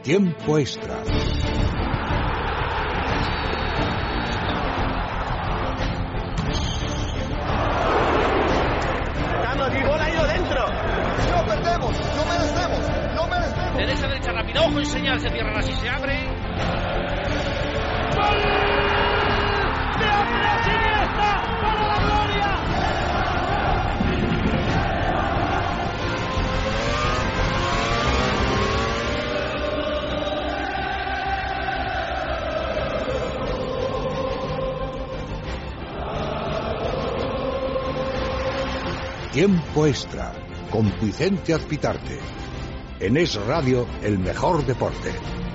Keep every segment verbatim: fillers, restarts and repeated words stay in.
Tiempo extra. Derecha, derecha, rápida, ojo y señal, se cierra así, se abre. ¡Gol! ¡De Andrés Iniesta para la gloria! Tiempo extra con Vicente Azpitarte. En Es Radio, el mejor deporte.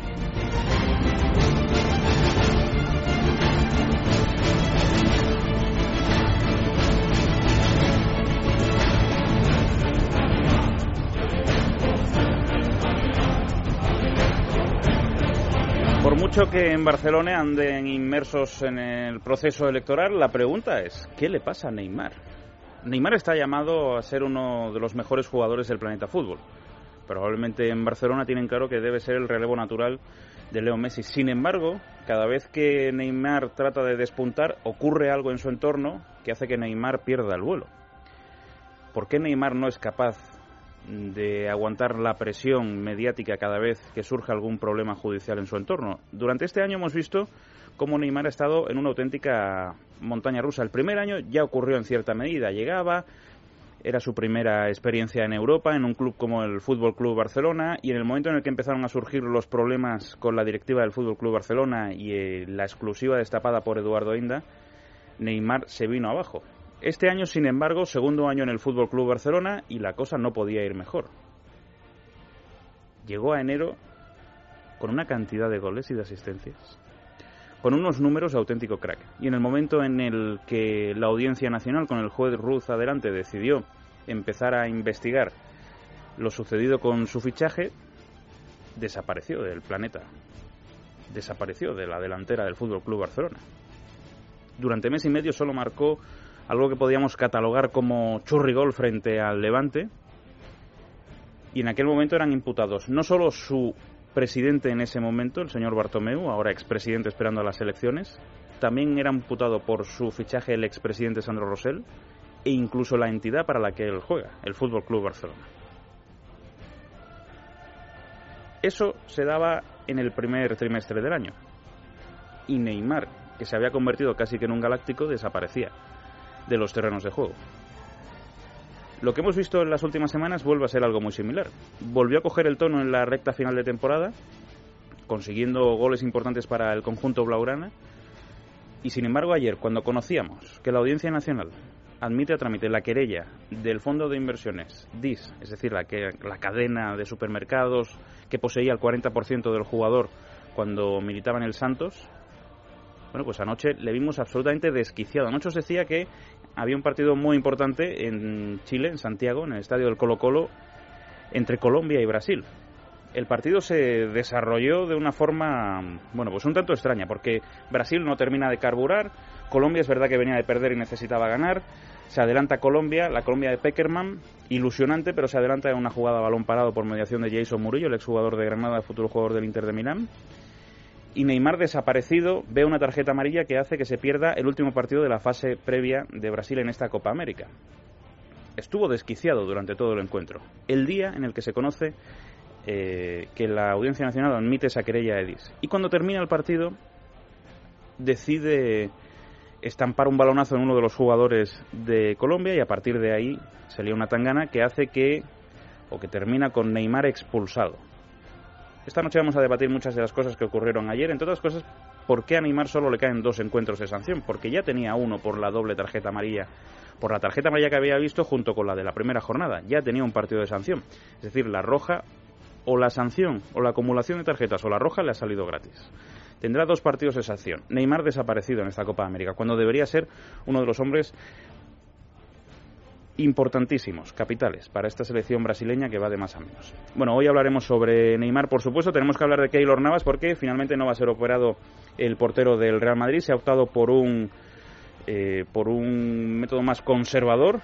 Por mucho que en Barcelona anden inmersos en el proceso electoral, la pregunta es, ¿qué le pasa a Neymar? Neymar está llamado a ser uno de los mejores jugadores del planeta fútbol. Probablemente en Barcelona tienen claro que debe ser el relevo natural de Leo Messi. Sin embargo, cada vez que Neymar trata de despuntar, ocurre algo en su entorno que hace que Neymar pierda el vuelo. ¿Por qué Neymar no es capaz de aguantar la presión mediática cada vez que surge algún problema judicial en su entorno? Durante este año hemos visto cómo Neymar ha estado en una auténtica montaña rusa. El primer año ya ocurrió en cierta medida. Llegaba... Era su primera experiencia en Europa, en un club como el Fútbol Club Barcelona, y en el momento en el que empezaron a surgir los problemas con la directiva del Fútbol Club Barcelona y eh, la exclusiva destapada por Eduardo Inda, Neymar se vino abajo. Este año, sin embargo, segundo año en el Fútbol Club Barcelona y la cosa no podía ir mejor. Llegó a enero con una cantidad de goles y de asistencias, con unos números de auténtico crack. Y en el momento en el que la Audiencia Nacional, con el juez Ruz adelante, decidió empezar a investigar lo sucedido con su fichaje, desapareció del planeta. Desapareció de la delantera del Fútbol Club Barcelona. Durante mes y medio solo marcó algo que podíamos catalogar como churrigol frente al Levante. Y en aquel momento eran imputados no solo su presidente en ese momento, el señor Bartomeu, ahora expresidente esperando a las elecciones, también era imputado por su fichaje el expresidente Sandro Rosell e incluso la entidad para la que él juega, el Fútbol Club Barcelona. Eso se daba en el primer trimestre del año. Y Neymar, que se había convertido casi que en un galáctico, desaparecía de los terrenos de juego. Lo que hemos visto en las últimas semanas vuelve a ser algo muy similar. Volvió a coger el tono en la recta final de temporada, consiguiendo goles importantes para el conjunto blaugrana. Y sin embargo ayer, cuando conocíamos que la Audiencia Nacional admite a trámite la querella del fondo de inversiones D I S, es decir, la, que, la cadena de supermercados que poseía el cuarenta por ciento del jugador cuando militaba en el Santos, bueno, pues anoche le vimos absolutamente desquiciado. Anoche os decía que había un partido muy importante en Chile, en Santiago, en el estadio del Colo-Colo, entre Colombia y Brasil. El partido se desarrolló de una forma, bueno, pues un tanto extraña, porque Brasil no termina de carburar, Colombia es verdad que venía de perder y necesitaba ganar, se adelanta Colombia, la Colombia de Peckerman, ilusionante, pero se adelanta en una jugada a balón parado por mediación de Jason Murillo, el exjugador de Granada, futuro jugador del Inter de Milán. Y Neymar, desaparecido, ve una tarjeta amarilla que hace que se pierda el último partido de la fase previa de Brasil en esta Copa América. Estuvo desquiciado durante todo el encuentro. El día en el que se conoce eh, que la Audiencia Nacional admite esa querella a Edis. Y cuando termina el partido, decide estampar un balonazo en uno de los jugadores de Colombia y a partir de ahí se lía una tangana que hace que, o que termina con Neymar expulsado. Esta noche vamos a debatir muchas de las cosas que ocurrieron ayer, entre otras cosas, ¿por qué a Neymar solo le caen dos encuentros de sanción? Porque ya tenía uno por la doble tarjeta amarilla, por la tarjeta amarilla que había visto junto con la de la primera jornada, ya tenía un partido de sanción. Es decir, la roja o la sanción o la acumulación de tarjetas o la roja le ha salido gratis. Tendrá dos partidos de sanción. Neymar desaparecido en esta Copa América, cuando debería ser uno de los hombres importantísimos, capitales, para esta selección brasileña que va de más a menos. Bueno, hoy hablaremos sobre Neymar, por supuesto. Tenemos que hablar de Keylor Navas porque finalmente no va a ser operado el portero del Real Madrid. Se ha optado por un, eh, por un método más conservador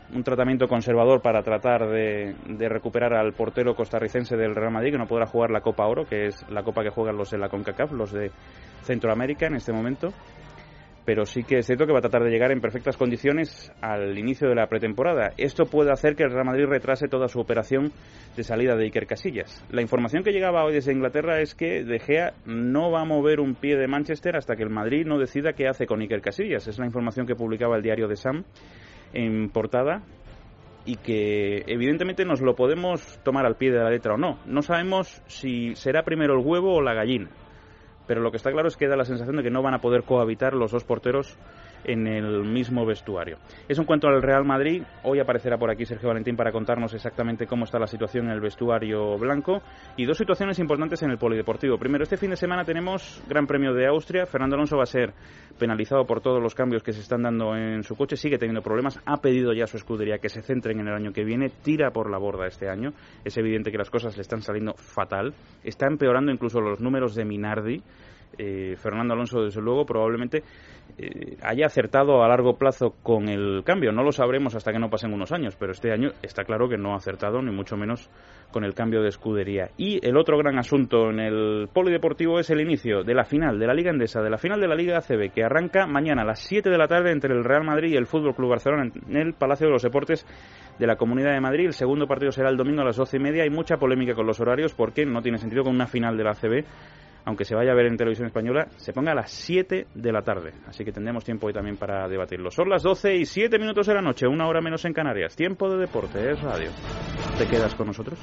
un tratamiento conservador para tratar de, de recuperar al portero costarricense del Real Madrid, que no podrá jugar la Copa Oro, que es la copa que juegan los de la CONCACAF, los de Centroamérica en este momento. Pero sí que es cierto que va a tratar de llegar en perfectas condiciones al inicio de la pretemporada. Esto puede hacer que el Real Madrid retrase toda su operación de salida de Iker Casillas. La información que llegaba hoy desde Inglaterra es que De Gea no va a mover un pie de Manchester hasta que el Madrid no decida qué hace con Iker Casillas. Es la información que publicaba el diario The Sun en portada y que evidentemente nos lo podemos tomar al pie de la letra o no. No sabemos si será primero el huevo o la gallina. Pero lo que está claro es que da la sensación de que no van a poder cohabitar los dos porteros en el mismo vestuario. Eso en cuanto al Real Madrid. Hoy aparecerá por aquí Sergio Valentín para contarnos exactamente cómo está la situación en el vestuario blanco y dos situaciones importantes en el polideportivo. Primero, este fin de semana tenemos Gran Premio de Austria. Fernando Alonso va a ser penalizado por todos los cambios que se están dando en su coche, sigue teniendo problemas, ha pedido ya a su escudería que se centren en el año que viene, tira por la borda este año. Es evidente que las cosas le están saliendo fatal, está empeorando incluso los números de Minardi. Eh, Fernando Alonso, desde luego, probablemente eh, haya acertado a largo plazo con el cambio. No lo sabremos hasta que no pasen unos años, pero este año está claro que no ha acertado, ni mucho menos con el cambio de escudería. Y el otro gran asunto en el polideportivo es el inicio de la final de la Liga Endesa, de la final de la Liga A C B, que arranca mañana a las siete de la tarde entre el Real Madrid y el Fútbol Club Barcelona en el Palacio de los Deportes de la Comunidad de Madrid. El segundo partido será el domingo a las doce y media. Hay mucha polémica con los horarios porque no tiene sentido con una final de la A C B, aunque se vaya a ver en televisión española, se ponga a las siete de la tarde. Así que tendremos tiempo hoy también para debatirlo. Son las doce y siete minutos de la noche, una hora menos en Canarias. Tiempo de deporte, es radio. ¿Te quedas con nosotros?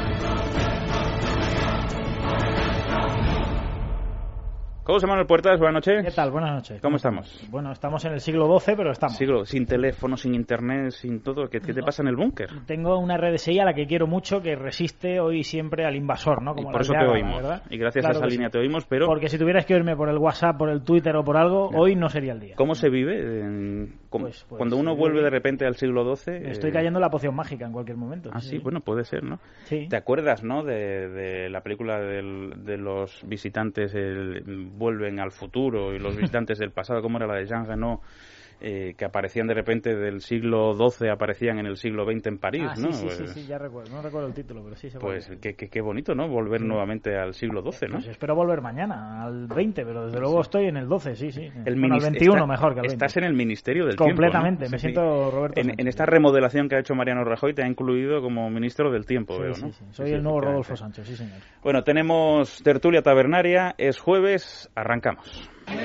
José Manuel Puertas, buenas noches. ¿Qué tal? Buenas noches. ¿Cómo estamos? Bueno, estamos en el siglo doce, pero estamos. Siglo, sin teléfono, sin internet, sin todo. ¿Qué, qué te pasa en el búnker? Tengo una R D S I a la que quiero mucho, que resiste hoy y siempre al invasor, ¿no? Como y por eso te oímos, ¿verdad? Y gracias claro a esa línea sí. te oímos, pero... Porque si tuvieras que oírme por el WhatsApp, por el Twitter o por algo, no. hoy no sería el día. ¿Cómo se vive? En... Pues, pues, Cuando uno vuelve de repente al siglo doce... Estoy eh... cayendo en la poción mágica en cualquier momento. Ah, sí, sí, bueno, puede ser, ¿no? Sí. ¿Te acuerdas, no, de, de la película del, de los visitantes el, vuelven al futuro y los visitantes del pasado, como era la de Jean Reno, eh, que aparecían de repente del siglo doce, aparecían en el siglo veinte en París, ah, ¿no? Sí, sí, pues, sí, sí, ya recuerdo, no recuerdo el título, pero sí se Pues puede. qué, qué, qué bonito, ¿no? Volver sí. nuevamente al siglo doce, ¿no? Pues espero volver mañana, al veinte, pero desde luego sí. estoy en el doce, sí, sí. El bueno, al veintiuno está, mejor que al veinte. Estás en el Ministerio del Completamente, Tiempo, ¿no? me sí, siento Roberto en, en esta remodelación que ha hecho Mariano Rajoy te ha incluido como Ministro del Tiempo, sí, veo, sí, ¿no? Sí, soy sí, el nuevo Rodolfo Sánchez, sí, señor. Bueno, tenemos tertulia tabernaria, es jueves, arrancamos.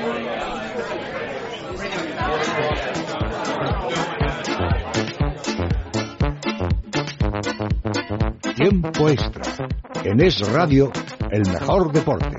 Tiempo extra. En Es Radio, el mejor deporte.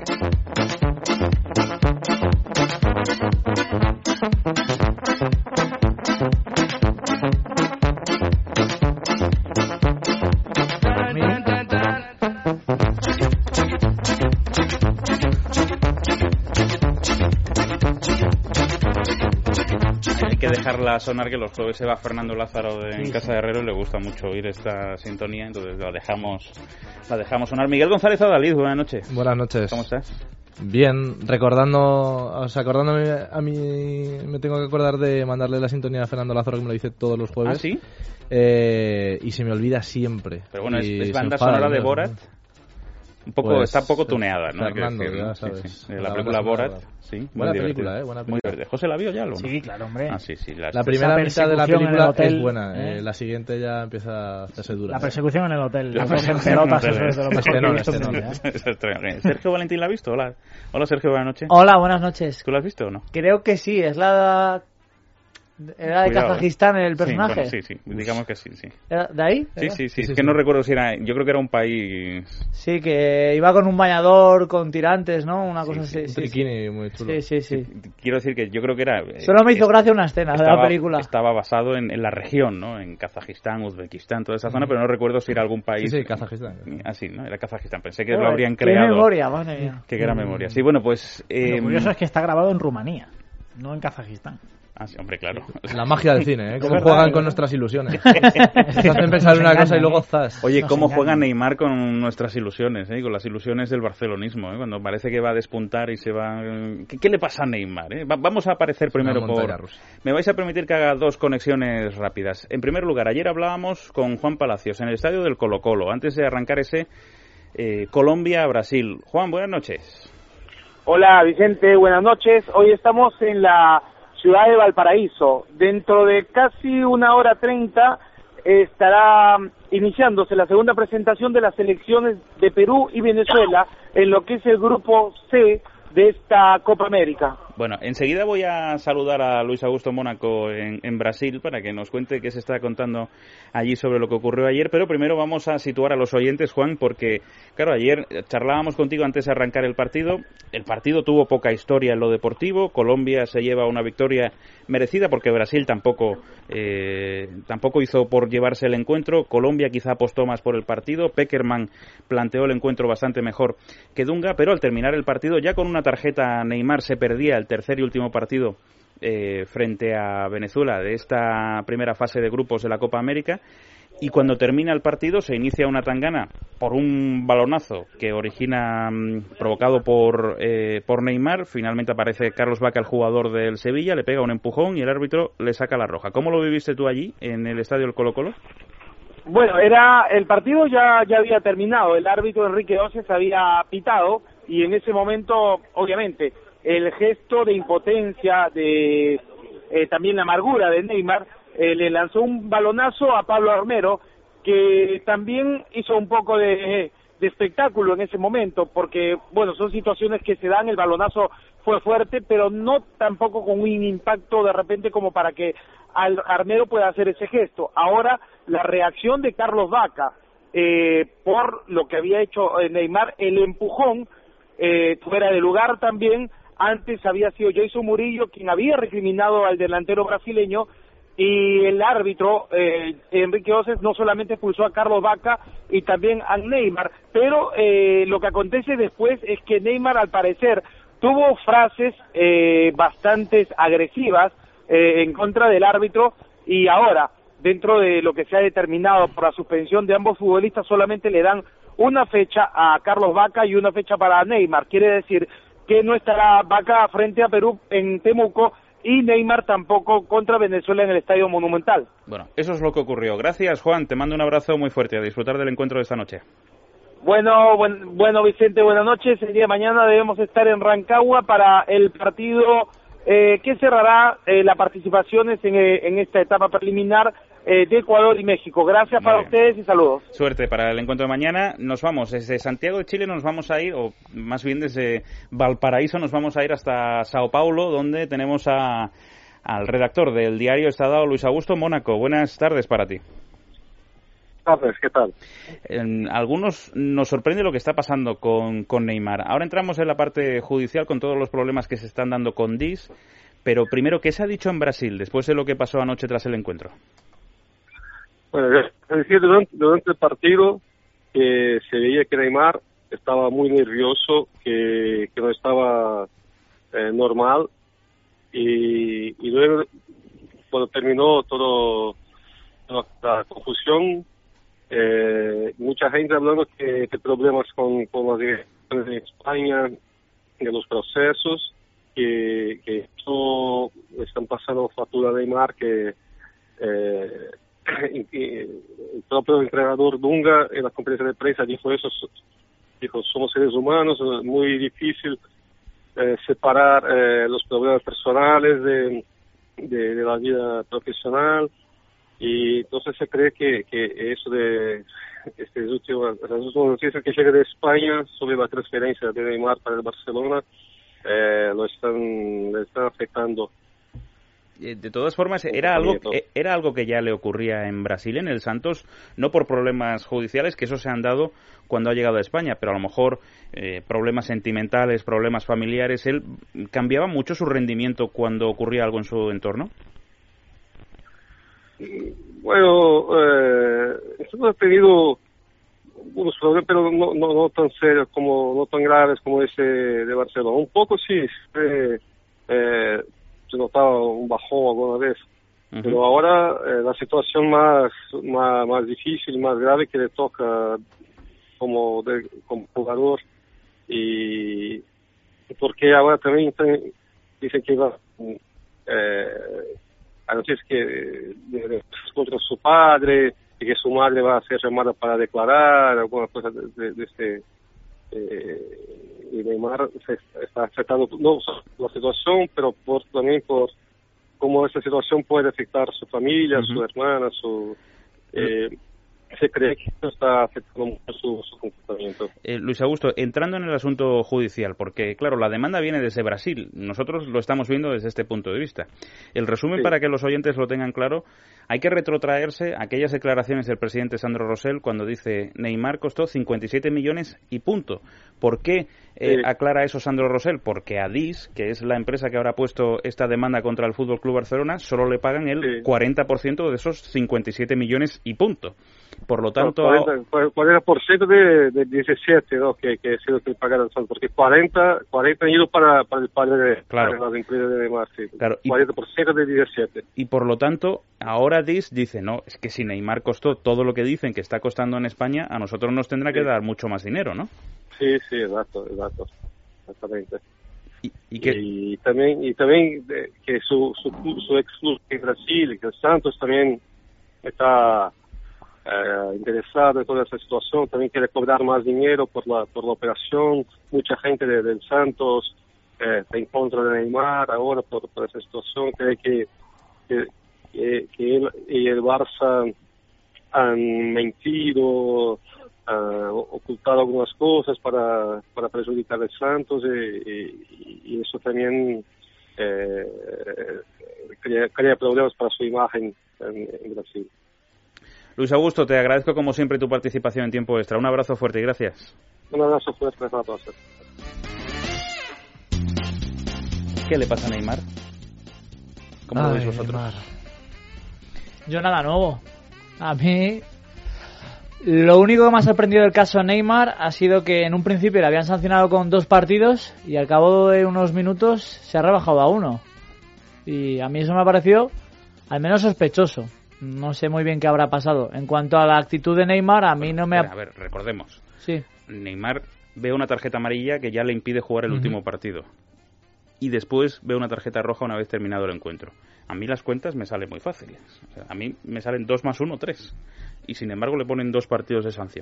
Dejarla sonar, que los jueves se va Fernando Lázaro de, sí, en Casa de Herrero y le gusta mucho oír esta sintonía, entonces la dejamos la dejamos sonar. Miguel González Adalid, buenas noches. Buenas noches. ¿Cómo estás? Bien, recordando, o sea, acordándome a mí, me tengo que acordar de mandarle la sintonía a Fernando Lázaro, que me lo dice todos los jueves. ¿Ah, sí? Eh, y se me olvida siempre. Pero bueno, es, es banda sonora de Borat. Un poco, pues, está un poco tuneada, ¿no? Fernando, decir, ya ¿no? sabes. Sí, sí. La, la película Borat, sí. Buena muy película, ¿eh? Buena película. Muy ¿José la vio ya? ¿no? Sí, claro, hombre. Ah, sí, sí. La, la primera mitad de la película hotel, es buena, ¿eh? Eh, la siguiente ya empieza a hacerse dura. La persecución en el hotel. La Los en pelotas, eso es de lo mejor este que no, he visto este en mi no. vida. ¿eh? ¿Sergio Valentín la ha visto? Hola, Hola Sergio, buenas noches. Hola, buenas noches. ¿Tú la has visto o no? Creo que sí, es la... ¿Era de Cuidado, Kazajistán el personaje? Sí, bueno, sí, sí, digamos que sí, sí. ¿Era de ahí? Sí, sí, sí, sí, es sí, que sí. no recuerdo si era... Yo creo que era un país... Sí, que iba con un bañador, con tirantes, ¿no? Una cosa sí, así. Un Sí, triquini sí. muy chulo. Sí, sí, sí. Quiero decir que yo creo que era... Solo me hizo es, gracia una escena estaba, de la película. Estaba basado en, en la región, ¿no? En Kazajistán, Uzbekistán, toda esa zona, mm. pero no recuerdo si era algún país... Sí, sí, Kazajistán. Así, ¿no? Era Kazajistán. Pensé que oh, lo habrían qué creado. Qué memoria, madre mía. Qué gran memoria. Sí, bueno, pues... Eh, Lo curioso es que está grabado en Rumanía, no en Kazajistán. Ah, sí, hombre, claro. La magia del cine, ¿eh? Cómo verdad, juegan es con verdad. nuestras ilusiones. Te hacen pensar una cosa y luego zas. Oye, Nos cómo engañan. juega Neymar con nuestras ilusiones, ¿eh? Con las ilusiones del barcelonismo, ¿eh? Cuando parece que va a despuntar y se va... ¿Qué, qué le pasa a Neymar? ¿eh? Va- vamos a aparecer primero Una montaña por... rusa. Me vais a permitir que haga dos conexiones rápidas. En primer lugar, ayer hablábamos con Juan Palacios en el estadio del Colo-Colo, antes de arrancar ese eh, Colombia-Brasil. Juan, buenas noches. Hola Vicente, buenas noches. Hoy estamos en la ciudad de Valparaíso. Dentro de casi una hora treinta estará iniciándose la segunda presentación de las selecciones de Perú y Venezuela en lo que es el grupo C de esta Copa América. Bueno, enseguida voy a saludar a Luis Augusto Mónaco en, en Brasil para que nos cuente qué se está contando allí sobre lo que ocurrió ayer, pero primero vamos a situar a los oyentes, Juan, porque, claro, ayer charlábamos contigo antes de arrancar el partido. El partido tuvo poca historia en lo deportivo. Colombia se lleva una victoria merecida porque Brasil tampoco eh, tampoco hizo por llevarse el encuentro. Colombia quizá apostó más por el partido. Pekerman planteó el encuentro bastante mejor que Dunga, pero al terminar el partido, ya con una tarjeta Neymar se perdía el tercer y último partido eh, frente a Venezuela de esta primera fase de grupos de la Copa América. Y cuando termina el partido se inicia una tangana por un balonazo que origina mmm, provocado por eh, por Neymar. Finalmente aparece Carlos Vaca, el jugador del Sevilla, le pega un empujón y el árbitro le saca la roja. ¿Cómo lo viviste tú allí en el estadio del Colo-Colo? Bueno, era el partido ya ya había terminado, el árbitro Enrique Oces había pitado y en ese momento, obviamente, el gesto de impotencia, de eh, también la amargura de Neymar, eh, le lanzó un balonazo a Pablo Armero, que también hizo un poco de, de espectáculo en ese momento, porque, bueno, son situaciones que se dan, el balonazo fue fuerte, pero no tampoco con un impacto de repente como para que al Armero pueda hacer ese gesto. Ahora, la reacción de Carlos Vaca, eh, por lo que había hecho Neymar, el empujón, eh, fuera de lugar también. Antes había sido Jason Murillo quien había recriminado al delantero brasileño y el árbitro, eh, Enrique Oces, no solamente expulsó a Carlos Vaca y también a Neymar, pero eh, lo que acontece después es que Neymar al parecer tuvo frases eh, bastante agresivas eh, en contra del árbitro y ahora, dentro de lo que se ha determinado por la suspensión de ambos futbolistas, solamente le dan una fecha a Carlos Vaca y una fecha para Neymar. Quiere decir que no estará Vaca frente a Perú en Temuco y Neymar tampoco contra Venezuela en el Estadio Monumental. Bueno, eso es lo que ocurrió. Gracias, Juan. Te mando un abrazo muy fuerte. A disfrutar del encuentro de esta noche. Bueno, buen, bueno Vicente, buenas noches. El día de mañana debemos estar en Rancagua para el partido eh, que cerrará eh, las participaciones en, eh, en esta etapa preliminar eh, de Ecuador y México. Gracias para ustedes y saludos. Suerte para el encuentro de mañana. Nos vamos desde Santiago de Chile, nos vamos a ir, o más bien desde Valparaíso, nos vamos a ir hasta Sao Paulo, donde tenemos a, al redactor del diario Estadado, Luis Augusto Mónaco. Buenas tardes para ti. Tardes, ¿qué tal? En algunos nos sorprende lo que está pasando con, con Neymar. Ahora entramos en la parte judicial con todos los problemas que se están dando con D I S, pero primero, ¿qué se ha dicho en Brasil después de lo que pasó anoche tras el encuentro? Bueno, es decir, durante, durante el partido que se veía que Neymar estaba muy nervioso, que, que no estaba eh, normal, y, y luego cuando terminó todo, toda la confusión, eh, mucha gente hablando que, que problemas con, con las direcciones en España, de los procesos, que, que esto están pasando factura a Neymar, que eh, el propio entrenador Dunga en la conferencia de prensa dijo eso, dijo, somos seres humanos, es muy difícil eh, separar eh, los problemas personales de, de, de la vida profesional, y entonces se cree que, que eso de este último, las últimas noticias que llegan de España sobre la transferencia de Neymar para el Barcelona eh, lo están, le están afectando. De todas formas, era algo, era algo que ya le ocurría en Brasil, en el Santos, no por problemas judiciales, que eso se han dado cuando ha llegado a España, pero a lo mejor eh, problemas sentimentales, problemas familiares. ¿Él cambiaba mucho su rendimiento cuando ocurría algo en su entorno? Bueno, eh, ha tenido unos problemas, pero no, no, no tan serios, como no tan graves como ese de Barcelona. Un poco sí, eh, eh, se notaba un bajón alguna vez. Uh-huh. Pero ahora eh, la situación más, más más difícil, más grave que le toca como, de, como jugador, y porque ahora también t- dicen que va eh, a noticias que de, de, contra su padre, y que su madre va a ser llamada para declarar, alguna cosa de, de, de este... Eh, y Neymar se está afectando no solo por la situación, pero por, también por cómo esa situación puede afectar a su familia, a uh-huh. su hermana, su... Eh, se cree que esto está afectando mucho su, su comportamiento. Eh, Luis Augusto, entrando en el asunto judicial, porque claro, la demanda viene desde Brasil, nosotros lo estamos viendo desde este punto de vista. El resumen, sí, para que los oyentes lo tengan claro, hay que retrotraerse a aquellas declaraciones del presidente Sandro Rosell cuando dice Neymar costó cincuenta y siete millones y punto. ¿Por qué eh, sí. aclara eso Sandro Rosell? Porque a D I S, que es la empresa que ahora ha puesto esta demanda contra el F C Barcelona, solo le pagan el sí. cuarenta por ciento de esos cincuenta y siete millones y punto. Por lo tanto... cuarenta por ciento de, de diecisiete, ¿no? Que, que ha sido que pagaron, porque cuarenta, cuarenta han ido para, para el padre de, claro. para las empresas de Neymar, sí. Claro. cuarenta por ciento de diecisiete. Y por lo tanto, ahora D I S dice, no, es que si Neymar costó todo lo que dicen que está costando en España, a nosotros nos tendrá sí. que dar mucho más dinero, ¿no? Sí, sí, exacto, exacto, exactamente. ¿Y, y, qué? y también, y también de, que su, su, su ex club en Brasil, que el Santos también está... Eh, interesado en toda esa situación, también quiere cobrar más dinero por la por la operación. Mucha gente de, del Santos eh, está en contra de Neymar ahora por, por esa situación. Cree que, que, que, que él y el Barça han mentido, han ocultado algunas cosas para, para perjudicar al Santos, y, y, y eso también eh, crea, crea problemas para su imagen en, en Brasil. Luis Augusto, te agradezco como siempre tu participación en Tiempo Extra. Un abrazo fuerte y gracias. Un abrazo fuerte a todos. ¿Qué le pasa a Neymar? ¿Cómo Ay, lo veis vosotros? Neymar. Yo nada nuevo. A mí lo único que me ha sorprendido del caso Neymar ha sido que en un principio le habían sancionado con dos partidos y al cabo de unos minutos se ha rebajado a uno. Y a mí eso me ha parecido al menos sospechoso. No sé muy bien qué habrá pasado. En cuanto a la actitud de Neymar, a mí bueno, no me... Espera, ha... A ver, recordemos. Sí. Neymar ve una tarjeta amarilla que ya le impide jugar el uh-huh. último partido. Y después ve una tarjeta roja una vez terminado el encuentro. A mí las cuentas me salen muy fáciles. O sea, a mí me salen dos más uno, tres. Y sin embargo le ponen dos partidos de sanción.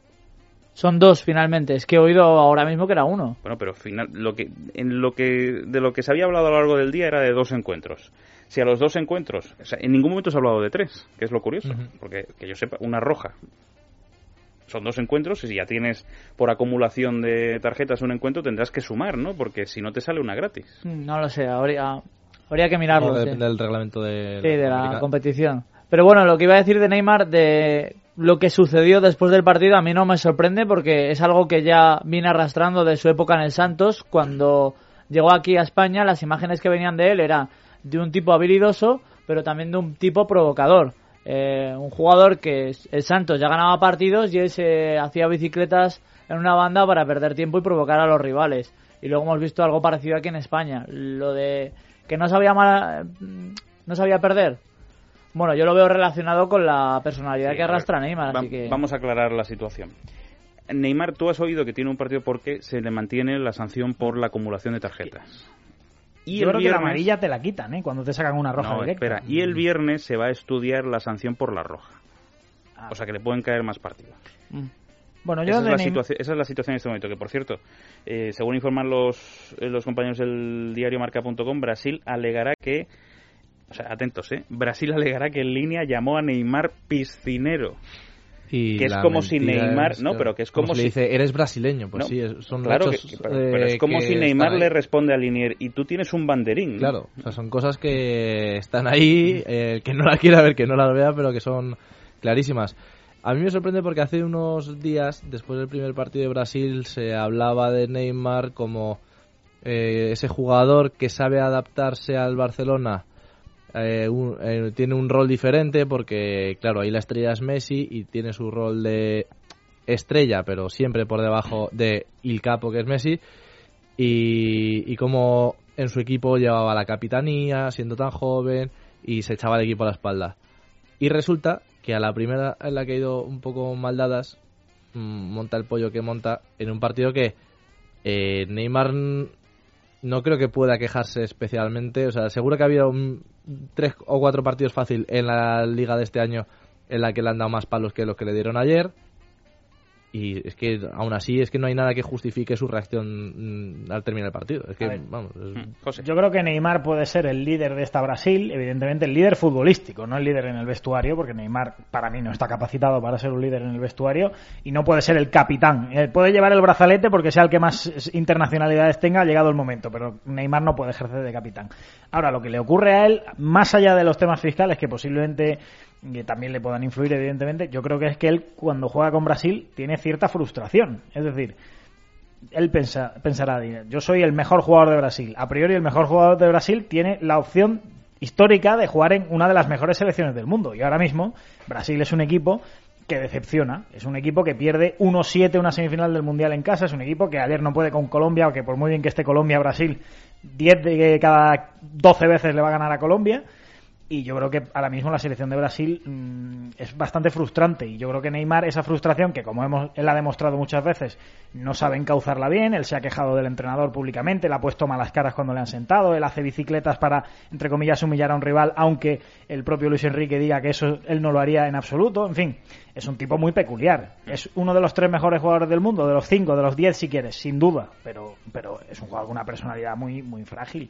Son dos finalmente. Es que he oído ahora mismo que era uno. Bueno, pero final, lo que, en lo que, de lo que se había hablado a lo largo del día era de dos encuentros. Si a los dos encuentros, o sea, en ningún momento se ha hablado de tres, que es lo curioso, uh-huh. porque que yo sepa, una roja. Son dos encuentros y si ya tienes por acumulación de tarjetas un encuentro tendrás que sumar, ¿no? Porque si no te sale una gratis. No lo sé, habría, habría que mirarlo. No, sí. Depende del reglamento de, sí, de la competición. Pero bueno, lo que iba a decir de Neymar, de lo que sucedió después del partido, a mí no me sorprende porque es algo que ya viene arrastrando de su época en el Santos. Cuando llegó aquí a España, las imágenes que venían de él eran de un tipo habilidoso, pero también de un tipo provocador. Eh, un jugador que el Santos ya ganaba partidos y él se hacía bicicletas en una banda para perder tiempo y provocar a los rivales. Y luego hemos visto algo parecido aquí en España. Lo de que no sabía mal, no sabía perder. Bueno, yo lo veo relacionado con la personalidad sí, que arrastra ver, Neymar. Va, así que... Vamos a aclarar la situación. Neymar, tú has oído que tiene un partido porque se le mantiene la sanción por la acumulación de tarjetas. Y Yo el creo viernes... que la amarilla te la quitan, ¿eh? Cuando te sacan una roja no, directa. Espera. Y el viernes se va a estudiar la sanción por la roja. Ah. O sea que le pueden caer más partidos. Mm. Bueno, yo esa, es la situación, esa es la situación en este momento. Que por cierto, eh, según informan los, los compañeros del diario marca punto com, Brasil alegará que... O sea, atentos, ¿eh? Brasil alegará que en línea llamó a Neymar piscinero. Y que es como si Neymar... Es, no, pero que es como, como si... le dice, eres brasileño. Pues no, sí, son claro hechos, que, pero, pero es como si Neymar le responde a Linier y tú tienes un banderín. Claro, o sea, son cosas que están ahí, eh, que no la quiera ver, que no las vea, pero que son clarísimas. A mí me sorprende porque hace unos días, después del primer partido de Brasil, se hablaba de Neymar como eh, ese jugador que sabe adaptarse al Barcelona. Eh, un, eh, tiene un rol diferente porque, claro, ahí la estrella es Messi y tiene su rol de estrella, pero siempre por debajo de Il Capo, que es Messi. Y, y como en su equipo llevaba la capitanía, siendo tan joven, y se echaba el equipo a la espalda. Y resulta que a la primera en la que ha ido un poco mal dadas, monta el pollo que monta en un partido que eh, Neymar no creo que pueda quejarse especialmente. O sea, seguro que ha habido un, tres o cuatro partidos fácil en la liga de este año en la que le han dado más palos que los que le dieron ayer. Y es que aún así es que no hay nada que justifique su reacción al terminar el partido. Es que, vamos, es... Yo creo que Neymar puede ser el líder de esta Brasil, evidentemente el líder futbolístico, no el líder en el vestuario, porque Neymar para mí no está capacitado para ser un líder en el vestuario, y no puede ser el capitán. Eh, puede llevar el brazalete porque sea el que más internacionalidades tenga, ha llegado el momento, pero Neymar no puede ejercer de capitán. Ahora, lo que le ocurre a él, más allá de los temas fiscales, que posiblemente que también le puedan influir, evidentemente, yo creo que es que él, cuando juega con Brasil, tiene cierta frustración. Es decir, él pensa, pensará, yo soy el mejor jugador de Brasil. A priori, el mejor jugador de Brasil tiene la opción histórica de jugar en una de las mejores selecciones del mundo. Y ahora mismo, Brasil es un equipo que decepciona. Es un equipo que pierde uno siete una semifinal del Mundial en casa. Es un equipo que ayer no puede con Colombia, o que por muy bien que esté Colombia, Brasil, diez de cada doce veces le va a ganar a Colombia. Y yo creo que ahora mismo la selección de Brasil mmm, es bastante frustrante. Y yo creo que Neymar, esa frustración, que como hemos, él ha demostrado muchas veces, no sabe encauzarla bien. Él se ha quejado del entrenador públicamente, le ha puesto malas caras cuando le han sentado. Él hace bicicletas para, entre comillas, humillar a un rival, aunque el propio Luis Enrique diga que eso él no lo haría en absoluto. En fin, es un tipo muy peculiar. Es uno de los tres mejores jugadores del mundo, de los cinco, de los diez si quieres, sin duda. Pero, pero es un jugador con una personalidad muy, muy frágil.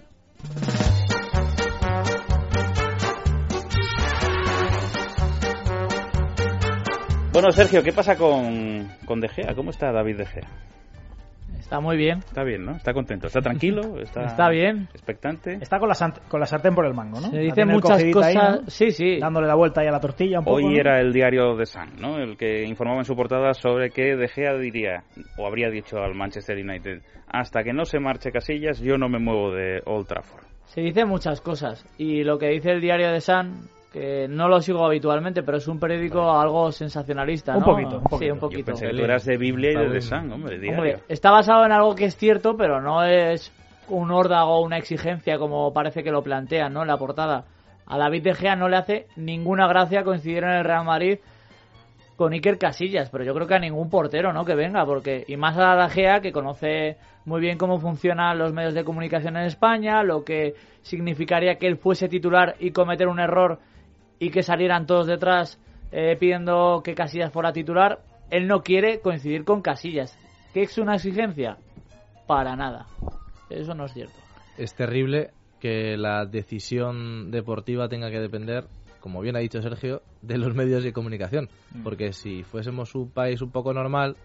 Bueno, Sergio, ¿qué pasa con, con De Gea? ¿Cómo está David De Gea? Está muy bien. Está bien, ¿no? Está contento, está tranquilo, está, está bien, expectante. Está con la, con la sartén por el mango, ¿no? Se dicen muchas cosas, ahí, ¿no? Sí, sí. Dándole la vuelta ahí a la tortilla un poco. Hoy ¿no? era el diario The Sun, ¿no? El que informaba en su portada sobre que De Gea diría, o habría dicho al Manchester United, hasta que no se marche Casillas, yo no me muevo de Old Trafford. Se dicen muchas cosas, y lo que dice el diario The Sun, que no lo sigo habitualmente, pero es un periódico algo sensacionalista, ¿no? Un poquito, un poquito. Sí, un poquito. Yo pensé que tú eras de Biblia y de The Sun, hombre, diario. Hombre, está basado en algo que es cierto, pero no es un órdago o una exigencia como parece que lo plantean, ¿no? En la portada. A David De Gea no le hace ninguna gracia coincidir en el Real Madrid con Iker Casillas, pero yo creo que a ningún portero, ¿no? Que venga, porque y más a De Gea, que conoce muy bien cómo funcionan los medios de comunicación en España, lo que significaría que él fuese titular y cometer un error y que salieran todos detrás eh, pidiendo que Casillas fuera titular. Él no quiere coincidir con Casillas. ¿Qué es una exigencia? Para nada. Eso no es cierto. Es terrible que la decisión deportiva tenga que depender, como bien ha dicho Sergio, de los medios de comunicación. Porque si fuésemos un país un poco normal,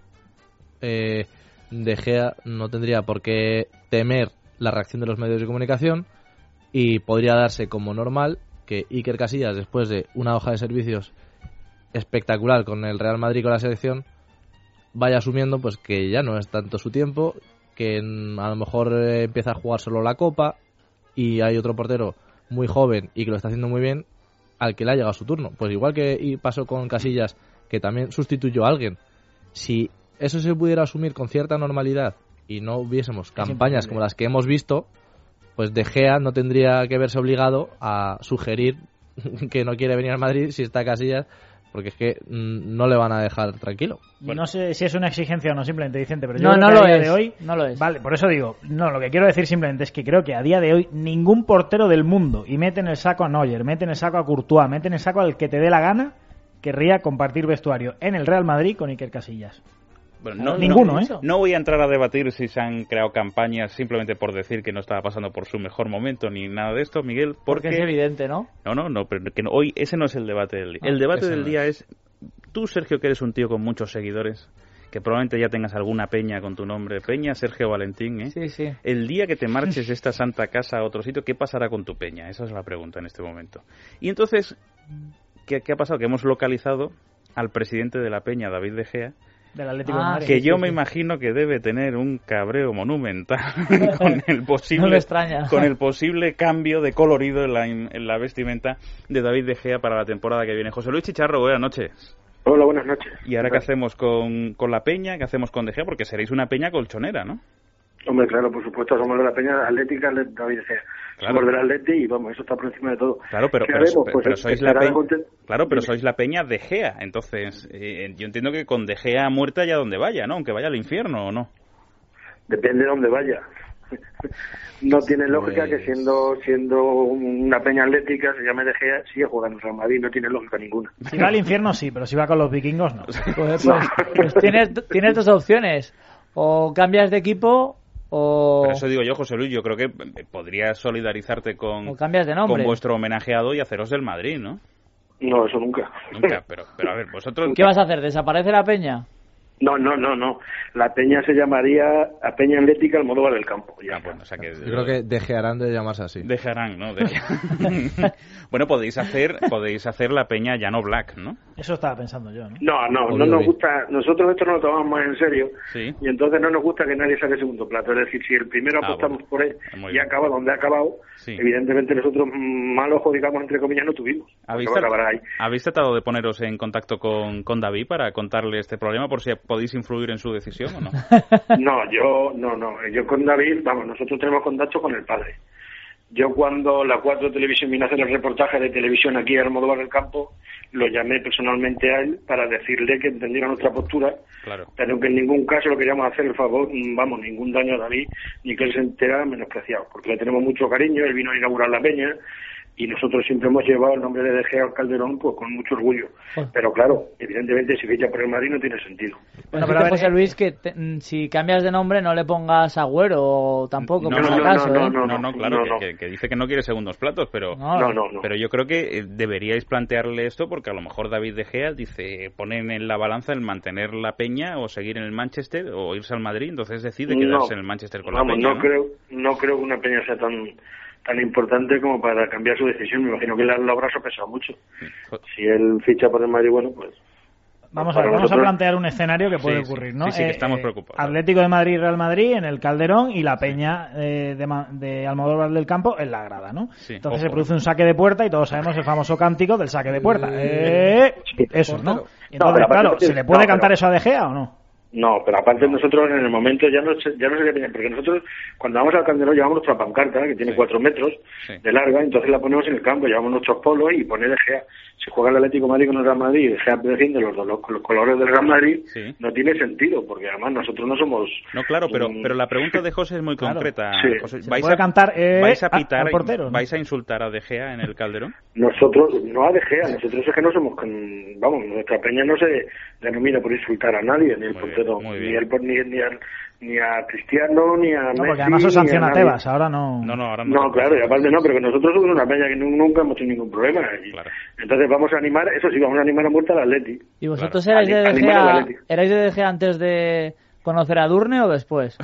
eh, De Gea no tendría por qué temer la reacción de los medios de comunicación y podría darse como normal que Iker Casillas, después de una hoja de servicios espectacular con el Real Madrid, con la selección, vaya asumiendo pues que ya no es tanto su tiempo, que a lo mejor eh, empieza a jugar solo la Copa y hay otro portero muy joven y que lo está haciendo muy bien al que le ha llegado su turno. Pues igual que pasó con Casillas, que también sustituyó a alguien. Si eso se pudiera asumir con cierta normalidad y no hubiésemos campañas como las que hemos visto, pues De Gea no tendría que verse obligado a sugerir que no quiere venir al Madrid si está Casillas, porque es que mm, no le van a dejar tranquilo. Bueno. No sé si es una exigencia o no, simplemente Vicente, pero yo no, creo no que lo a día es, de hoy, no lo es. Vale, por eso digo, no, lo que quiero decir simplemente es que creo que a día de hoy ningún portero del mundo, y mete en el saco a Neuer, mete en el saco a Courtois, mete en el saco al que te dé la gana, querría compartir vestuario en el Real Madrid con Iker Casillas. Bueno, no, Ninguno, no, ¿eh? No voy a entrar a debatir si se han creado campañas simplemente por decir que no estaba pasando por su mejor momento ni nada de esto, Miguel, porque... porque es evidente, ¿no? No, no, no, pero que no, hoy ese no es el debate del día. Ah, el debate del día es... Tú, Sergio, que eres un tío con muchos seguidores, que probablemente ya tengas alguna peña con tu nombre, Peña Sergio Valentín, ¿eh? Sí, sí. El día que te marches de esta santa casa a otro sitio, ¿qué pasará con tu peña? Esa es la pregunta en este momento. Y entonces, ¿qué, qué ha pasado? Que hemos localizado al presidente de la peña, David De Gea, del Atlético ah, de Madrid. Que sí, yo sí, me sí. imagino que debe tener un cabreo monumental con el posible no me extraña. con el posible cambio de colorido en la, en la vestimenta de David De Gea para la temporada que viene. José Luis Chicharro, buenas noches. Hola, buenas noches. ¿Y ahora qué hacemos con, con la peña? ¿Qué hacemos con De Gea? Porque seréis una peña colchonera, ¿no? Hombre, claro, por supuesto, somos de la Peña Atlética David De Gea. Claro. Somos del Atleti y vamos, eso está por encima de todo. Claro, pero, pero, haremos? Pues pero sois la peña, claro, pero sois la Peña De Gea, entonces eh, yo entiendo que con De Gea muerta ya donde vaya, ¿no? Aunque vaya al infierno o no. Depende de dónde vaya. No tiene lógica pues... que siendo siendo una Peña Atlética se llame De Gea, sigue jugando en Real Madrid, no tiene lógica ninguna. Si va al infierno sí, pero si va con los vikingos no. Pues, pues, no. pues tienes, tienes dos opciones, o cambias de equipo o... Pero eso digo yo, José Luis, yo creo que podrías solidarizarte con, o cambias de nombre. Con vuestro homenajeado y haceros del Madrid, ¿no? No, eso nunca. Nunca, pero, pero a ver, vosotros... ¿Qué vas a hacer? ¿Desaparece la Peña? No, no, no, no. La Peña se llamaría a Peña Atlética Almodóvar del Campo. Ya. Ah, bueno, o sea que... Yo creo que dejarán de llamarse así. Dejarán, ¿no? Dejarán. Bueno, podéis hacer podéis hacer la Peña Llano Black, ¿no? Eso estaba pensando yo, ¿no? No, no, no nos gusta... Nosotros esto no lo tomamos más en serio. Sí. Y entonces no nos gusta que nadie saque segundo plato. Es decir, si el primero apostamos ah, bueno. por él Muy y bien. acaba donde ha acabado, sí. evidentemente nosotros mal ojo, digamos, entre comillas, no tuvimos. ¿Habéis, trat- ¿Habéis tratado de poneros en contacto con, con David para contarle este problema por si podéis influir en su decisión o no? No, yo no, no. Yo con David, vamos, nosotros tenemos contacto con el padre. Yo cuando la cuatro Televisión vino a hacer el reportaje de televisión aquí en Almodóvar del Campo, lo llamé personalmente a él para decirle que entendiera nuestra postura, claro. pero que en ningún caso lo queríamos hacer el favor, vamos, ningún daño a David, ni que él se entera menospreciado, porque le tenemos mucho cariño, él vino a inaugurar la Peña, y nosotros siempre hemos llevado el nombre de De Gea al Calderón pues con mucho orgullo. Pero claro, evidentemente si ficha por el Madrid no tiene sentido. Bueno, pero a ver, José Luis, que te, si cambias de nombre no le pongas Agüero tampoco, no, por no, si acaso, no, ¿eh? no, no, no, no, claro, no, que, no. Que, que dice que no quiere segundos platos, pero no, no, no, no. pero yo creo que deberíais plantearle esto porque a lo mejor David De Gea dice, ponen en la balanza el mantener la Peña o seguir en el Manchester o irse al Madrid, entonces decide quedarse no, en el Manchester con vamos, la Peña. No, ¿no? creo, no creo que una Peña sea tan tan importante como para cambiar su decisión. Me imagino que le habrá sopesado mucho. Si él ficha por el Madrid, bueno, pues... Vamos a ver, vamos nosotros... a plantear un escenario que puede sí, ocurrir, ¿no? Sí, sí, que eh, estamos eh, preocupados. Atlético de Madrid, Real Madrid en el Calderón y la Peña eh, de, de Almodóvar del Campo en la grada, ¿no? Sí, Entonces ojo. se produce un saque de puerta y todos sabemos el famoso cántico del saque de puerta. Eh, eso, ¿no? Y entonces, no, claro, ¿se le puede no, cantar pero... eso a De Gea o no? No, pero aparte nosotros en el momento ya no ya no sería Peña, porque nosotros cuando vamos al Calderón llevamos nuestra pancarta que tiene sí. cuatro metros sí. de larga, entonces la ponemos en el campo, llevamos nuestros polos y pone De Gea. Si juega el Atlético de Madrid con el Real Madrid y De Gea defiende los, los, los colores del Real Madrid, sí. no tiene sentido, porque además nosotros no somos... No, claro, pero um... pero la pregunta de José es muy claro. concreta. Sí. José, ¿vais a cantar eh, vais a pitar, al portero, ¿no? vais a insultar a De Gea en el Calderón? Nosotros, no a De Gea, nosotros es que no somos... Vamos, nuestra Peña no se denomina por insultar a nadie, ni el muy portero, bien, ni el Ni, ni, a, ni a Cristiano, ni a no, Messi, porque además os sanciona Tebas, ahora no... No, no, ahora no, no claro, y aparte no, pero que nosotros somos una peña que nunca hemos tenido ningún problema. Y claro. Entonces vamos a animar, eso sí, vamos a animar a muerte al Atleti. ¿Y vosotros claro. erais, de De Gea, erais de De Gea antes de conocer a Durne o después?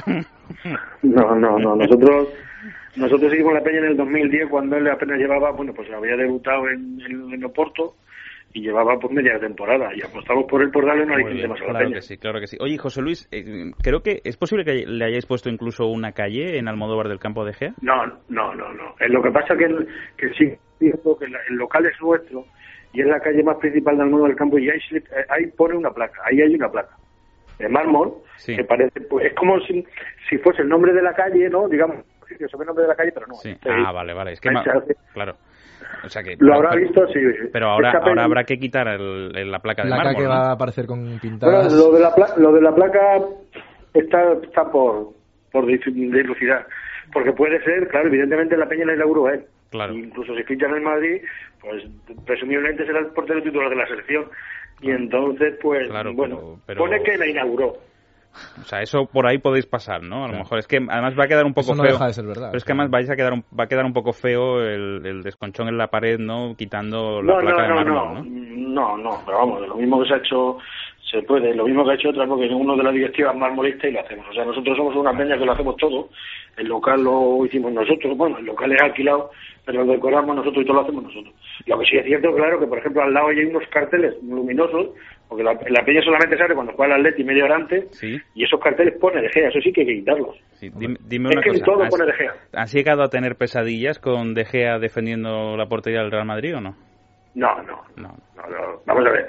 No, no, no, nosotros... Nosotros seguimos la peña en el dos mil diez cuando él apenas llevaba, bueno, pues había debutado en, en, en Oporto y llevaba pues media temporada y apostamos por él por darle una licencia más a la claro peña. Que sí, claro que sí. Oye, José Luis, eh, creo que es posible que le hayáis puesto incluso una calle en Almodóvar del Campo de Gea. No, no, no, no. Lo que pasa es que, el, que sí, digo que el local es nuestro y es la calle más principal de Almodóvar del Campo y ahí, ahí pone una placa, ahí hay una placa de mármol sí. que parece, pues es como si, si fuese el nombre de la calle, ¿no? Digamos, sí, que se ve el nombre de la calle, pero no. Sí. Ahí, ah, vale, vale. Es que más, claro. O sea que, lo habrá pero, visto, sí. Pero ahora, ahora habrá que quitar el, el, la placa de la mármol, placa que ¿no? va a aparecer con pintadas. Bueno, lo de la, pla- lo de la placa está, está por, por dilucidar. Porque puede ser, claro, evidentemente la Peña la inauguró él. Claro. Incluso si ficha en el Madrid, pues presumiblemente será el portero titular de la selección. Y claro. entonces, pues, claro, bueno, pero, pero... pone que la inauguró. O sea, eso por ahí podéis pasar, ¿no? A lo claro. mejor es que además va a quedar un poco eso no feo. Deja de ser verdad, pero es que además vais a quedar un, va a quedar un poco feo el, el desconchón en la pared, ¿no? Quitando la no, placa no, de no, mármol, ¿no? No, no, pero vamos, lo mismo que se ha hecho se puede, lo mismo que ha hecho otra porque uno de las directivas marmolistas y lo hacemos. O sea, nosotros somos una peña que lo hacemos todo. El local lo hicimos nosotros, bueno, el local es alquilado, pero lo decoramos nosotros y todo lo hacemos nosotros. Lo que sí es cierto, claro, que por ejemplo al lado hay unos carteles luminosos, porque la, la peña solamente sale cuando juega el Atleti media hora antes, ¿sí? Y esos carteles pone De Gea, eso sí que hay que quitarlos. Sí, dime, dime una es que cosa, en todo ¿has, pone De Gea. ¿has llegado a tener pesadillas con De Gea defendiendo la portería del Real Madrid o no? No, no, no, no, no. Vamos a ver.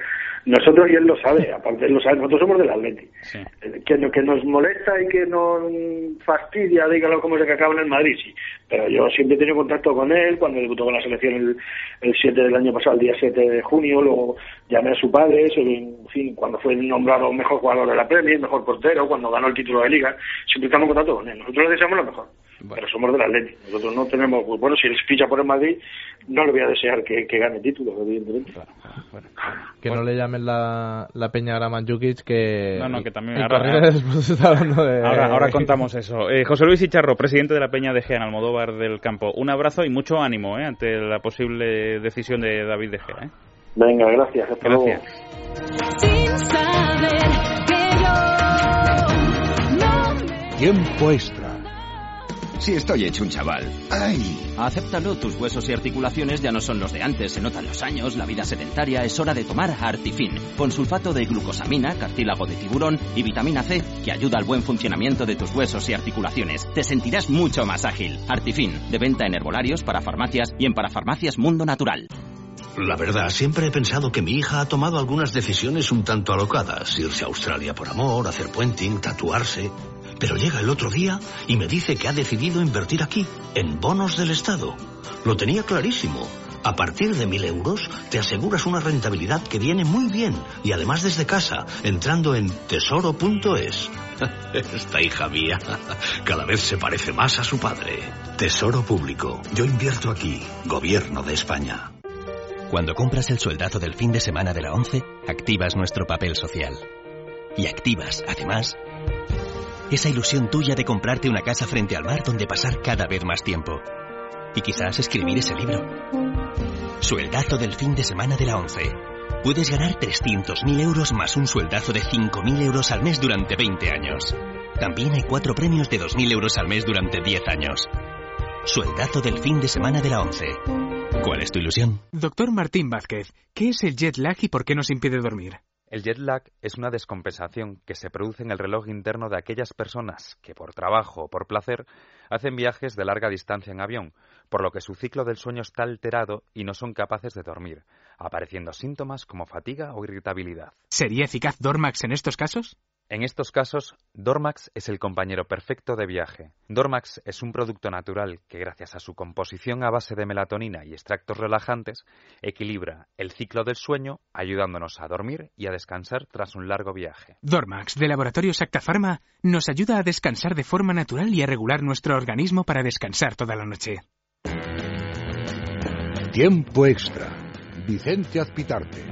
nosotros, y él lo sabe, aparte él lo sabe, nosotros somos del Atleti. Sí. Que, que nos molesta y que nos fastidia, dígalo como se que acaba en el Madrid, sí. Pero yo siempre he tenido contacto con él, cuando debutó con la selección el, el siete del año pasado, el día siete de junio, luego llamé a su padre, en fin, cuando fue nombrado mejor jugador de la Premier, mejor portero, cuando ganó el título de Liga, siempre estamos en contacto con él. Nosotros le deseamos lo mejor. Bueno. Pero somos del Atleti. Nosotros no tenemos, pues bueno, si él ficha por el Madrid, no le voy a desear que, que gane títulos, evidentemente. Claro, bueno. Que bueno. No le llamen la, la peña a Mandžukić, que... No, no, que también... Ahora, de... ahora, ahora contamos eso. Eh, José Luis Icharro, presidente de la peña de Gea en Almodóvar del Campo. Un abrazo y mucho ánimo eh, ante la posible decisión de David de Gea. Eh. Venga, gracias. Hasta gracias. Tiempo extra. Si estoy hecho un chaval. ¡Ay! Acéptalo, tus huesos y articulaciones ya no son los de antes, se notan los años, la vida sedentaria, es hora de tomar Artifin, con sulfato de glucosamina, cartílago de tiburón y vitamina C, que ayuda al buen funcionamiento de tus huesos y articulaciones. Te sentirás mucho más ágil. Artifin, de venta en herbolarios, para farmacias y en parafarmacias Mundo Natural. La verdad, siempre he pensado que mi hija ha tomado algunas decisiones un tanto alocadas. Irse a Australia por amor, hacer puenting, tatuarse. Pero llega el otro día y me dice que ha decidido invertir aquí, en bonos del Estado. Lo tenía clarísimo. A partir de mil euros te aseguras una rentabilidad que viene muy bien. Y además desde casa, entrando en tesoro punto es. Esta hija mía cada vez se parece más a su padre. Tesoro Público. Yo invierto aquí. Gobierno de España. Cuando compras el sueldazo del fin de semana de la ONCE, activas nuestro papel social. Y activas, además, esa ilusión tuya de comprarte una casa frente al mar donde pasar cada vez más tiempo. Y quizás escribir ese libro. Sueldazo del fin de semana de la ONCE. Puedes ganar trescientos mil euros más un sueldazo de cinco mil euros al mes durante veinte años. También hay cuatro premios de dos mil euros al mes durante diez años. Sueldazo del fin de semana de la ONCE. ¿Cuál es tu ilusión? Doctor Martín Vázquez, ¿qué es el jet lag y por qué nos impide dormir? El jet lag es una descompensación que se produce en el reloj interno de aquellas personas que por trabajo o por placer hacen viajes de larga distancia en avión, por lo que su ciclo del sueño está alterado y no son capaces de dormir, apareciendo síntomas como fatiga o irritabilidad. ¿Sería eficaz Dormax en estos casos? En estos casos, Dormax es el compañero perfecto de viaje. Dormax es un producto natural que, gracias a su composición a base de melatonina y extractos relajantes, equilibra el ciclo del sueño, ayudándonos a dormir y a descansar tras un largo viaje. Dormax, de Laboratorios Acta Pharma, nos ayuda a descansar de forma natural y a regular nuestro organismo para descansar toda la noche. Tiempo extra. Vicente Azpitarte.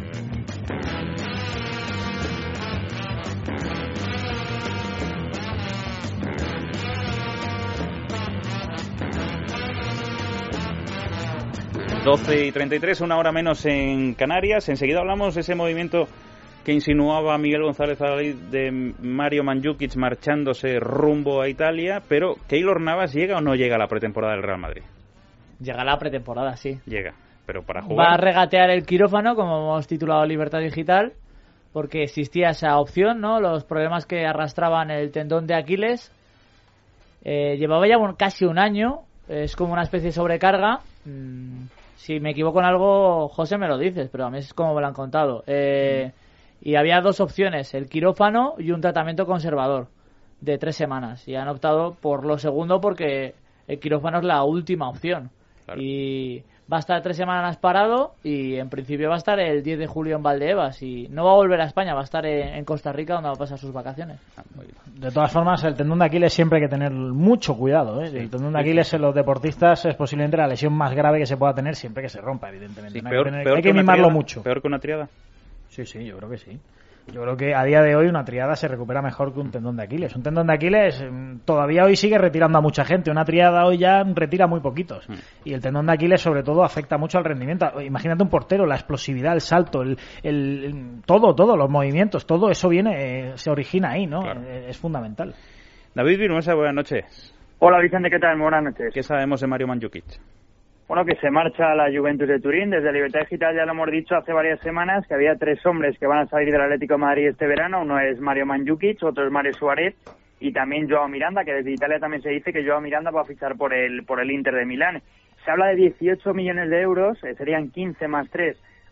doce y treinta y tres, una hora menos en Canarias. Enseguida hablamos de ese movimiento que insinuaba Miguel González Adalid de Mario Mandžukić marchándose rumbo a Italia, pero ¿Keylor Navas llega o no llega a la pretemporada del Real Madrid? Llega a la pretemporada, sí. Llega, pero para jugar... Va a regatear el quirófano, como hemos titulado Libertad Digital, porque existía esa opción, ¿no? Los problemas que arrastraban el tendón de Aquiles. Eh, llevaba ya un, casi un año, es como una especie de sobrecarga. Mm, si me equivoco en algo, José, me lo dices, pero a mí es como me lo han contado. Eh, y había dos opciones, el quirófano y un tratamiento conservador de tres semanas. Y han optado por lo segundo porque el quirófano es la última opción. Claro. Y va a estar tres semanas parado y en principio va a estar el diez de julio en Valdebebas y no va a volver a España, va a estar en, en Costa Rica donde va a pasar sus vacaciones. De todas formas, el tendón de Aquiles siempre hay que tener mucho cuidado, ¿eh? El tendón de Aquiles en los deportistas es posiblemente la lesión más grave que se pueda tener siempre que se rompa, evidentemente. Sí, no peor, hay que, tener, peor hay que, que mimarlo triada, mucho. ¿Peor que una triada? Sí, sí, yo creo que sí. Yo creo que a día de hoy una triada se recupera mejor que un tendón de Aquiles. Un tendón de Aquiles todavía hoy sigue retirando a mucha gente. Una triada hoy ya retira muy poquitos. Mm. Y el tendón de Aquiles sobre todo afecta mucho al rendimiento. Imagínate un portero, la explosividad, el salto, el, el, el todo, todo, los movimientos, todo eso viene, eh, se origina ahí, ¿no? Claro. Eh, es fundamental. David Vinuesa, buenas noches. Hola Vicente, ¿qué tal? Buenas noches. ¿Qué sabemos de Mario Mandžukić? Bueno, que se marcha a la Juventus de Turín. Desde Libertad Digital ya lo hemos dicho hace varias semanas que había tres hombres que van a salir del Atlético de Madrid este verano. Uno es Mario Mandžukić, otro es Mario Suárez y también Joao Miranda, que desde Italia también se dice que Joao Miranda va a fichar por el por el Inter de Milán. Se habla de dieciocho millones de euros, eh, serían quince más tres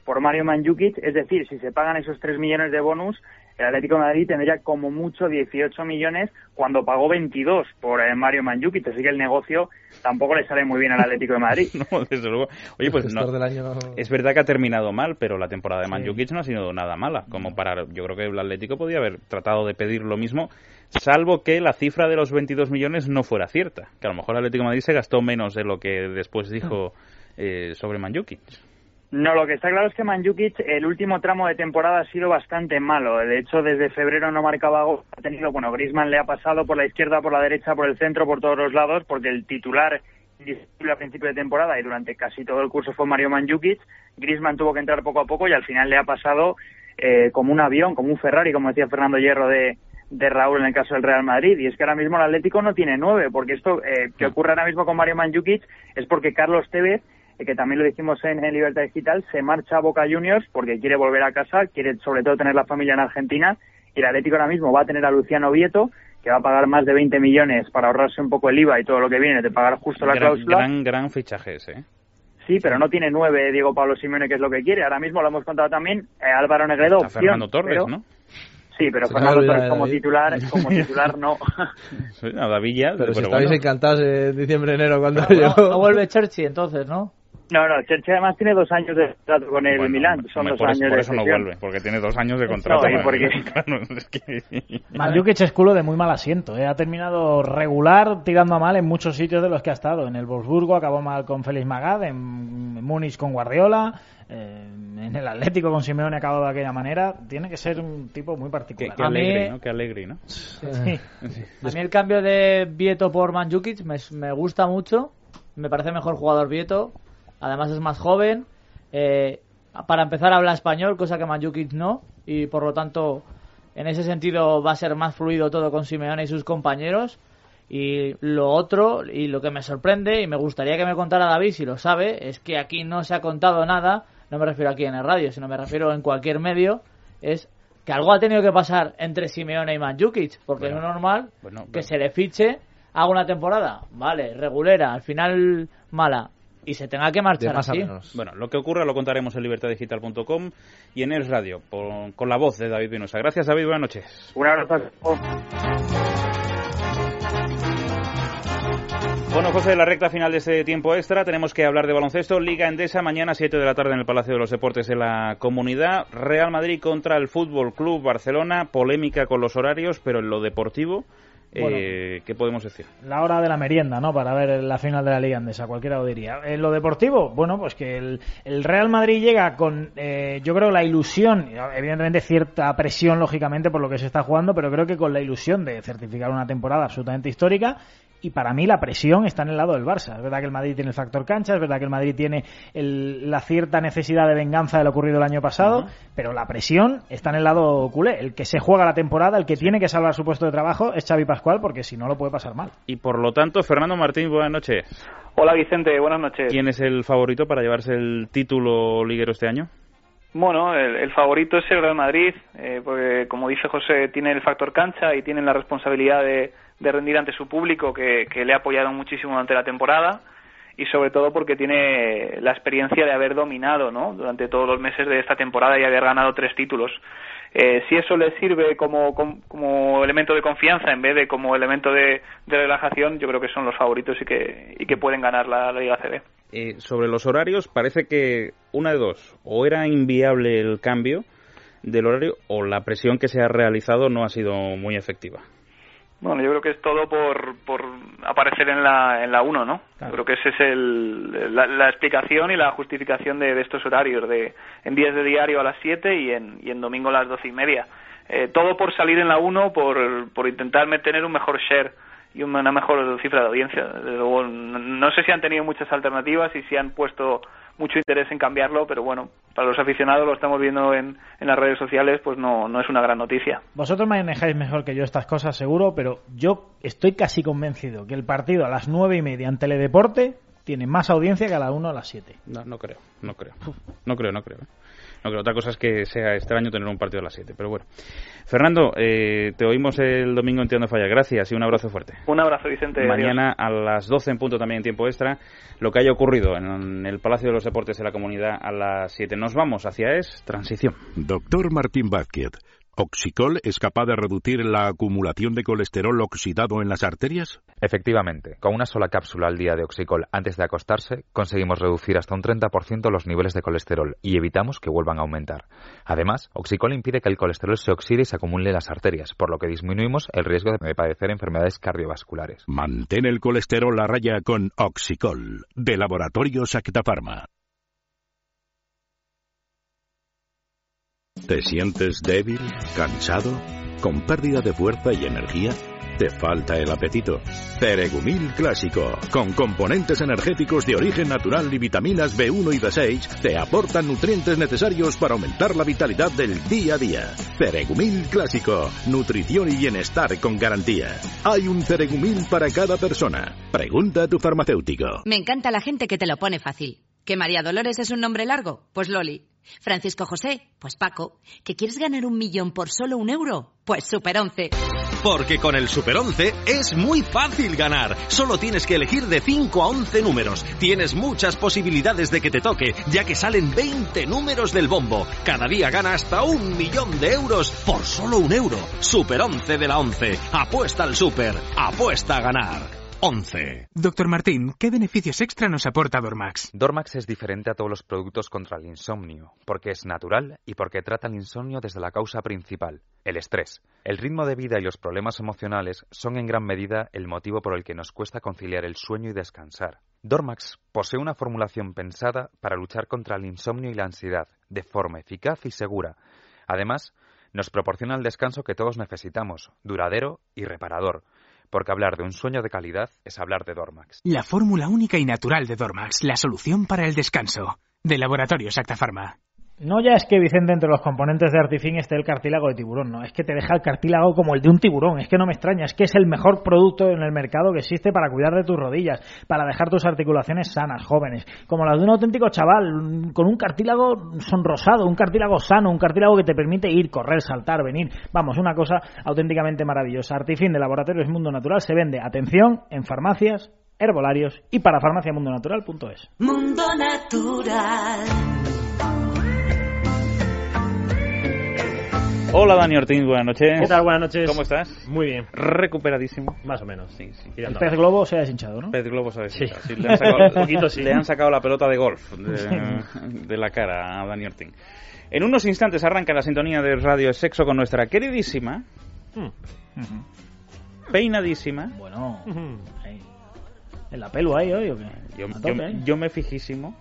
por Mario Mandžukić, es decir, si se pagan esos tres millones de bonus, el Atlético de Madrid tendría como mucho dieciocho millones cuando pagó veintidós por eh, Mario Mandžukić, así que el negocio tampoco le sale muy bien al Atlético de Madrid. No, desde luego. Oye, pues no, del año... es verdad que ha terminado mal, pero la temporada de Mandžukić sí. no ha sido nada mala, como para, yo creo que el Atlético podía haber tratado de pedir lo mismo, salvo que la cifra de los veintidós millones no fuera cierta, que a lo mejor el Atlético de Madrid se gastó menos de lo que después dijo eh, sobre Mandžukić. No, lo que está claro es que Mandžukić, el último tramo de temporada ha sido bastante malo. De hecho, desde febrero no marcaba gol. Ha tenido, bueno, Griezmann le ha pasado por la izquierda, por la derecha, por el centro, por todos los lados, porque el titular indiscutible a principio de temporada y durante casi todo el curso fue Mario Mandžukić. Griezmann tuvo que entrar poco a poco y al final le ha pasado eh, como un avión, como un Ferrari, como decía Fernando Hierro de, de Raúl en el caso del Real Madrid. Y es que ahora mismo el Atlético no tiene nueve, porque esto eh, que ocurre ahora mismo con Mario Mandžukić es porque Carlos Tevez, que también lo dijimos en, en Libertad Digital, se marcha a Boca Juniors porque quiere volver a casa, quiere sobre todo tener la familia en Argentina, y el Atlético ahora mismo va a tener a Luciano Vieto, que va a pagar más de veinte millones para ahorrarse un poco el I V A y todo lo que viene de pagar justo la gran, cláusula. Gran, gran fichaje ese, ¿eh? Sí, pero no tiene nueve Diego Pablo Simeone, que es lo que quiere. Ahora mismo lo hemos contado también, eh, Álvaro Negredo, a opción, Fernando Torres, pero... ¿no? Sí, pero se Fernando Torres como titular, como titular no. A David ya, pero, pero si bueno. estáis encantados en diciembre, enero, cuando no, llegó... No, no vuelve Cherchi entonces, ¿no? No, no, Cherchi además tiene dos años de contrato con el bueno, Milán, son dos por años eso, por de eso no sesión. vuelve, porque tiene dos años de contrato. No, y porque... claro, es que... Mandžukić es culo de muy mal asiento, ¿eh? Ha terminado regular, tirando a mal en muchos sitios de los que ha estado. En el Wolfsburgo acabó mal con Félix Magath, en Múnich con Guardiola, eh, en el Atlético con Simeone ha acabado de aquella manera. Tiene que ser un tipo muy particular. Qué, qué alegre, ¿no? Qué alegre, ¿no? Sí. Sí. A mí el cambio de Vieto por Mandžukić me, me gusta mucho, me parece mejor jugador Vieto. Además es más joven, eh, para empezar habla español, cosa que Mandžukić no, y por lo tanto en ese sentido va a ser más fluido todo con Simeone y sus compañeros. Y lo otro, y lo que me sorprende, y me gustaría que me contara David si lo sabe, es que aquí no se ha contado nada, no me refiero aquí en el radio, sino me refiero en cualquier medio, es que algo ha tenido que pasar entre Simeone y Mandžukić, porque bueno, no es normal bueno, que bueno. se le fiche, haga una temporada, vale, regulera, al final mala, y se tenga que marchar así. Bueno, lo que ocurra lo contaremos en libertad digital punto com y en Es Radio, por, con la voz de David Vinosa. Gracias, David, buenas noches. Un abrazo. Bueno, José, la recta final de este tiempo extra tenemos que hablar de baloncesto. Liga Endesa, mañana siete de la tarde en el Palacio de los Deportes de la Comunidad. Real Madrid contra el Fútbol Club Barcelona. Polémica con los horarios, pero en lo deportivo... Bueno, eh, ¿qué podemos decir? La hora de la merienda, ¿no? Para ver la final de la Liga Endesa, cualquiera lo diría. En lo deportivo, bueno, pues que el, el Real Madrid llega con, eh, yo creo, la ilusión, evidentemente cierta presión, lógicamente, por lo que se está jugando, pero creo que con la ilusión de certificar una temporada absolutamente histórica. Y para mí la presión está en el lado del Barça. Es verdad que el Madrid tiene el factor cancha, es verdad que el Madrid tiene el, la cierta necesidad de venganza de lo ocurrido el año pasado, uh-huh. pero la presión está en el lado culé. El que se juega la temporada, el que sí. tiene que salvar su puesto de trabajo es Xavi Pascual, porque si no lo puede pasar mal. Y por lo tanto, Fernando Martín, buenas noches. Hola Vicente, buenas noches. ¿Quién es el favorito para llevarse el título liguero este año? Bueno, el, el favorito es el Real Madrid, eh, porque como dice José, tiene el factor cancha y tiene la responsabilidad de, de rendir ante su público, que, que le ha apoyado muchísimo durante la temporada, y sobre todo porque tiene la experiencia de haber dominado, ¿no?, durante todos los meses de esta temporada y haber ganado tres títulos. Eh, si eso le sirve como, como, como elemento de confianza en vez de como elemento de, de relajación, yo creo que son los favoritos y que, y que pueden ganar la, la Liga A C B. Eh, sobre los horarios, parece que una de dos, o era inviable el cambio del horario o la presión que se ha realizado no ha sido muy efectiva. Bueno, yo creo que es todo por, por aparecer en la en la uno, ¿no? Claro. Creo que esa es el, la, la explicación y la justificación de, de estos horarios, de en días de diario a las siete y en, y en domingo a las doce y media. Eh, todo por salir en la uno, por, por intentar tener un mejor share y una mejor cifra de audiencia. Desde luego, no sé si han tenido muchas alternativas y si han puesto mucho interés en cambiarlo, pero bueno, para los aficionados, lo estamos viendo en, en las redes sociales, pues no, no es una gran noticia. Vosotros manejáis mejor que yo estas cosas, seguro, pero yo estoy casi convencido que el partido a las nueve y media en Teledeporte tiene más audiencia que a la una a las siete. No, no creo, no creo. No creo, no creo. Lo que otra cosa es que sea extraño tener un partido a las siete, pero bueno. Fernando, eh, te oímos el domingo en Tirando Falla. Gracias y un abrazo fuerte. Un abrazo, Vicente. Mañana Adiós. a las doce en punto, también en tiempo extra, lo que haya ocurrido en el Palacio de los Deportes de la Comunidad a las siete. Nos vamos hacia Es Transición. Doctor Martín Vázquez, ¿Oxicol es capaz de reducir la acumulación de colesterol oxidado en las arterias? Efectivamente, con una sola cápsula al día de Oxicol antes de acostarse, conseguimos reducir hasta un treinta por ciento los niveles de colesterol y evitamos que vuelvan a aumentar. Además, Oxicol impide que el colesterol se oxide y se acumule en las arterias, por lo que disminuimos el riesgo de padecer enfermedades cardiovasculares. Mantén el colesterol a raya con Oxicol, de Laboratorios Acta Pharma. ¿Te sientes débil, cansado, con pérdida de fuerza y energía? ¿Te falta el apetito? Ceregumil Clásico, con componentes energéticos de origen natural y vitaminas B uno y B seis, te aportan nutrientes necesarios para aumentar la vitalidad del día a día. Ceregumil Clásico, nutrición y bienestar con garantía. Hay un Ceregumil para cada persona. Pregunta a tu farmacéutico. Me encanta la gente que te lo pone fácil. ¿Que María Dolores es un nombre largo? Pues Loli. ¿Francisco José? Pues Paco. ¿Que quieres ganar un millón por solo un euro? Pues Super once. Porque con el Super once es muy fácil ganar. Solo tienes que elegir de cinco a once números. Tienes muchas posibilidades de que te toque, ya que salen veinte números del bombo. Cada día gana hasta un millón de euros por solo un euro. Super once de la once. Apuesta al Super. Apuesta a ganar. once. Doctor Martín, ¿qué beneficios extra nos aporta Dormax? Dormax es diferente a todos los productos contra el insomnio, porque es natural y porque trata el insomnio desde la causa principal, el estrés. El ritmo de vida y los problemas emocionales son en gran medida el motivo por el que nos cuesta conciliar el sueño y descansar. Dormax posee una formulación pensada para luchar contra el insomnio y la ansiedad, de forma eficaz y segura. Además, nos proporciona el descanso que todos necesitamos, duradero y reparador. Porque hablar de un sueño de calidad es hablar de Dormax. La fórmula única y natural de Dormax, la solución para el descanso. De Laboratorios Acta Pharma. No ya es que, Vicente, entre los componentes de Artifin esté el cartílago de tiburón, no, es que te deja el cartílago como el de un tiburón, es que no me extraña, es que es el mejor producto en el mercado que existe para cuidar de tus rodillas, para dejar tus articulaciones sanas, jóvenes, como las de un auténtico chaval, con un cartílago sonrosado, un cartílago sano, un cartílago que te permite ir, correr, saltar, venir, vamos, una cosa auténticamente maravillosa. Artifin de Laboratorios Mundo Natural se vende, atención, en farmacias, herbolarios y para farmacia mundo natural punto es. Mundo Natural. Hola Dani Ortiz, buenas noches. ¿Qué tal? Buenas noches. ¿Cómo estás? Muy bien. Recuperadísimo. Más o menos. Sí, sí. El pez globo se ha deshinchado, ¿no? Pez globo se ha deshinchado. Sí. Sí, le, han sacado, Un poquito sí. le han sacado la pelota de golf de, de la cara a Dani Ortiz. En unos instantes arranca la sintonía de Radio Sexo con nuestra queridísima, Hmm. Uh-huh. peinadísima. Bueno, ahí. ¿En la pelo ahí hoy o qué? Yo, A tope, yo, ¿eh? yo me fijísimo.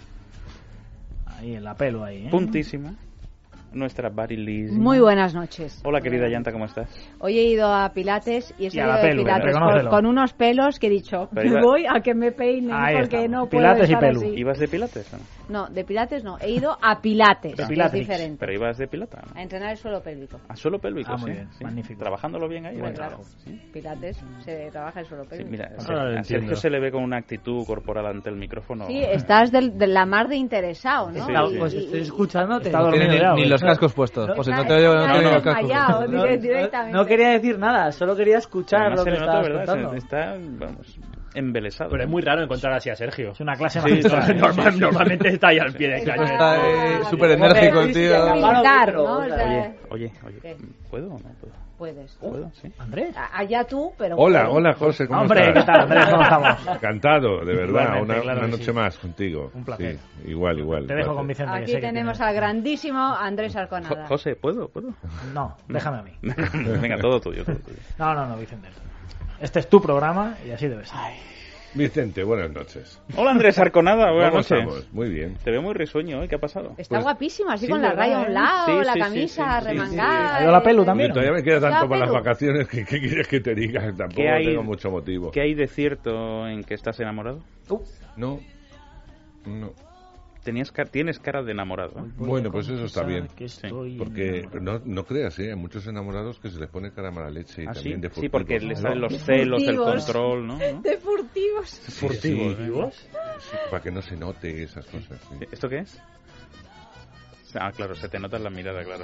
Ahí, en la pelo ahí, ¿eh? Puntísima. Nuestra Barry Muy buenas noches. Hola, querida Llanta, ¿cómo estás? Hoy he ido a Pilates y he Y a salido la de pelu, Pilates reconócelo. con, con unos pelos que he dicho, Pero me iba- voy a que me peinen Ahí porque estamos. no puedo Pilates y estar pelu. así. ¿Ibas de Pilates o no? No, de Pilates no, he ido a Pilates, De que Pilates. es diferente. Pero ibas de pilata, ¿no? A entrenar el suelo pélvico. A suelo pélvico, Ah, muy sí, bien, sí. magnífico. Trabajándolo bien ahí. Hombre, ¿no? claro. Sí. Pilates se trabaja el suelo Sí, pélvico. mira, Ah, se- lo a Sergio entiendo. se le ve con una actitud corporal ante el micrófono. Sí, estás del- de la mar de interesado, ¿no? Sí, Y- sí. Pues y- estoy y- escuchándote. No tiene ni, ni los cascos puestos. José, no te oigo, no te oigo los cascos desmayado, puestos. dire- directamente. No quería decir nada, solo quería escuchar Además lo se que le nota, estabas ¿verdad? contando. Se- Está, vamos, embelesado. Pero es muy raro encontrar así a Sergio. Es una clase sí, magistral. normal- Normalmente está ahí al pie del cañón. Está eh, súper enérgico el tío. Militar, ¿no? O sea, Oye, oye, oye, ¿qué? ¿puedo o no puedo? Puedes. ¿Puedo? Sí. Andrés. A- Allá tú, pero... Hola, puedes. hola José, ¿cómo Hombre, estás? ¿qué tal, Andrés? ¿Cómo estamos? Encantado, de verdad, Igualmente, una, claro una que noche sí. más contigo. Un placer. Sí, igual, igual. Te dejo gracias. con Vicente. que Aquí sé que tenemos tiene- al grandísimo Andrés Arconada. Jo- José, ¿puedo? ¿Puedo? No, déjame a mí. Venga, todo tuyo, todo tuyo. No, no, no, Vicente. Este es tu programa y así debe ser. Vicente, buenas noches. Hola Andrés Arconada, buenas ¿Cómo noches. estamos? Muy bien. Te veo muy risueño hoy, ¿qué ha pasado? Está Pues- guapísimo, así sí, con la ¿verdad, raya a eh? un lado, Sí, la sí, camisa sí, sí, sí, remangada. ¿Ha ido la pelu también? Porque todavía me queda tanto La para las pelu. vacaciones que ¿qué quieres que te diga? Tampoco ¿Qué hay- tengo mucho motivo. ¿Qué hay de cierto en que estás enamorado? No, no. Tenías car- tienes cara de enamorado. ¿eh? Bueno, pues eso está bien. Que estoy Porque no, no creas, ¿eh? Hay muchos enamorados que se les pone cara mala leche y ¿Ah, sí? también de Sí, furtivos. porque les salen los De celos, el furtivos. control, ¿no? ¿no? De furtivos. Sí, Furtivos, sí, ¿eh? sí, para que no se note esas cosas. sí. ¿Esto qué es? Ah, claro, se te nota en la mirada, claro.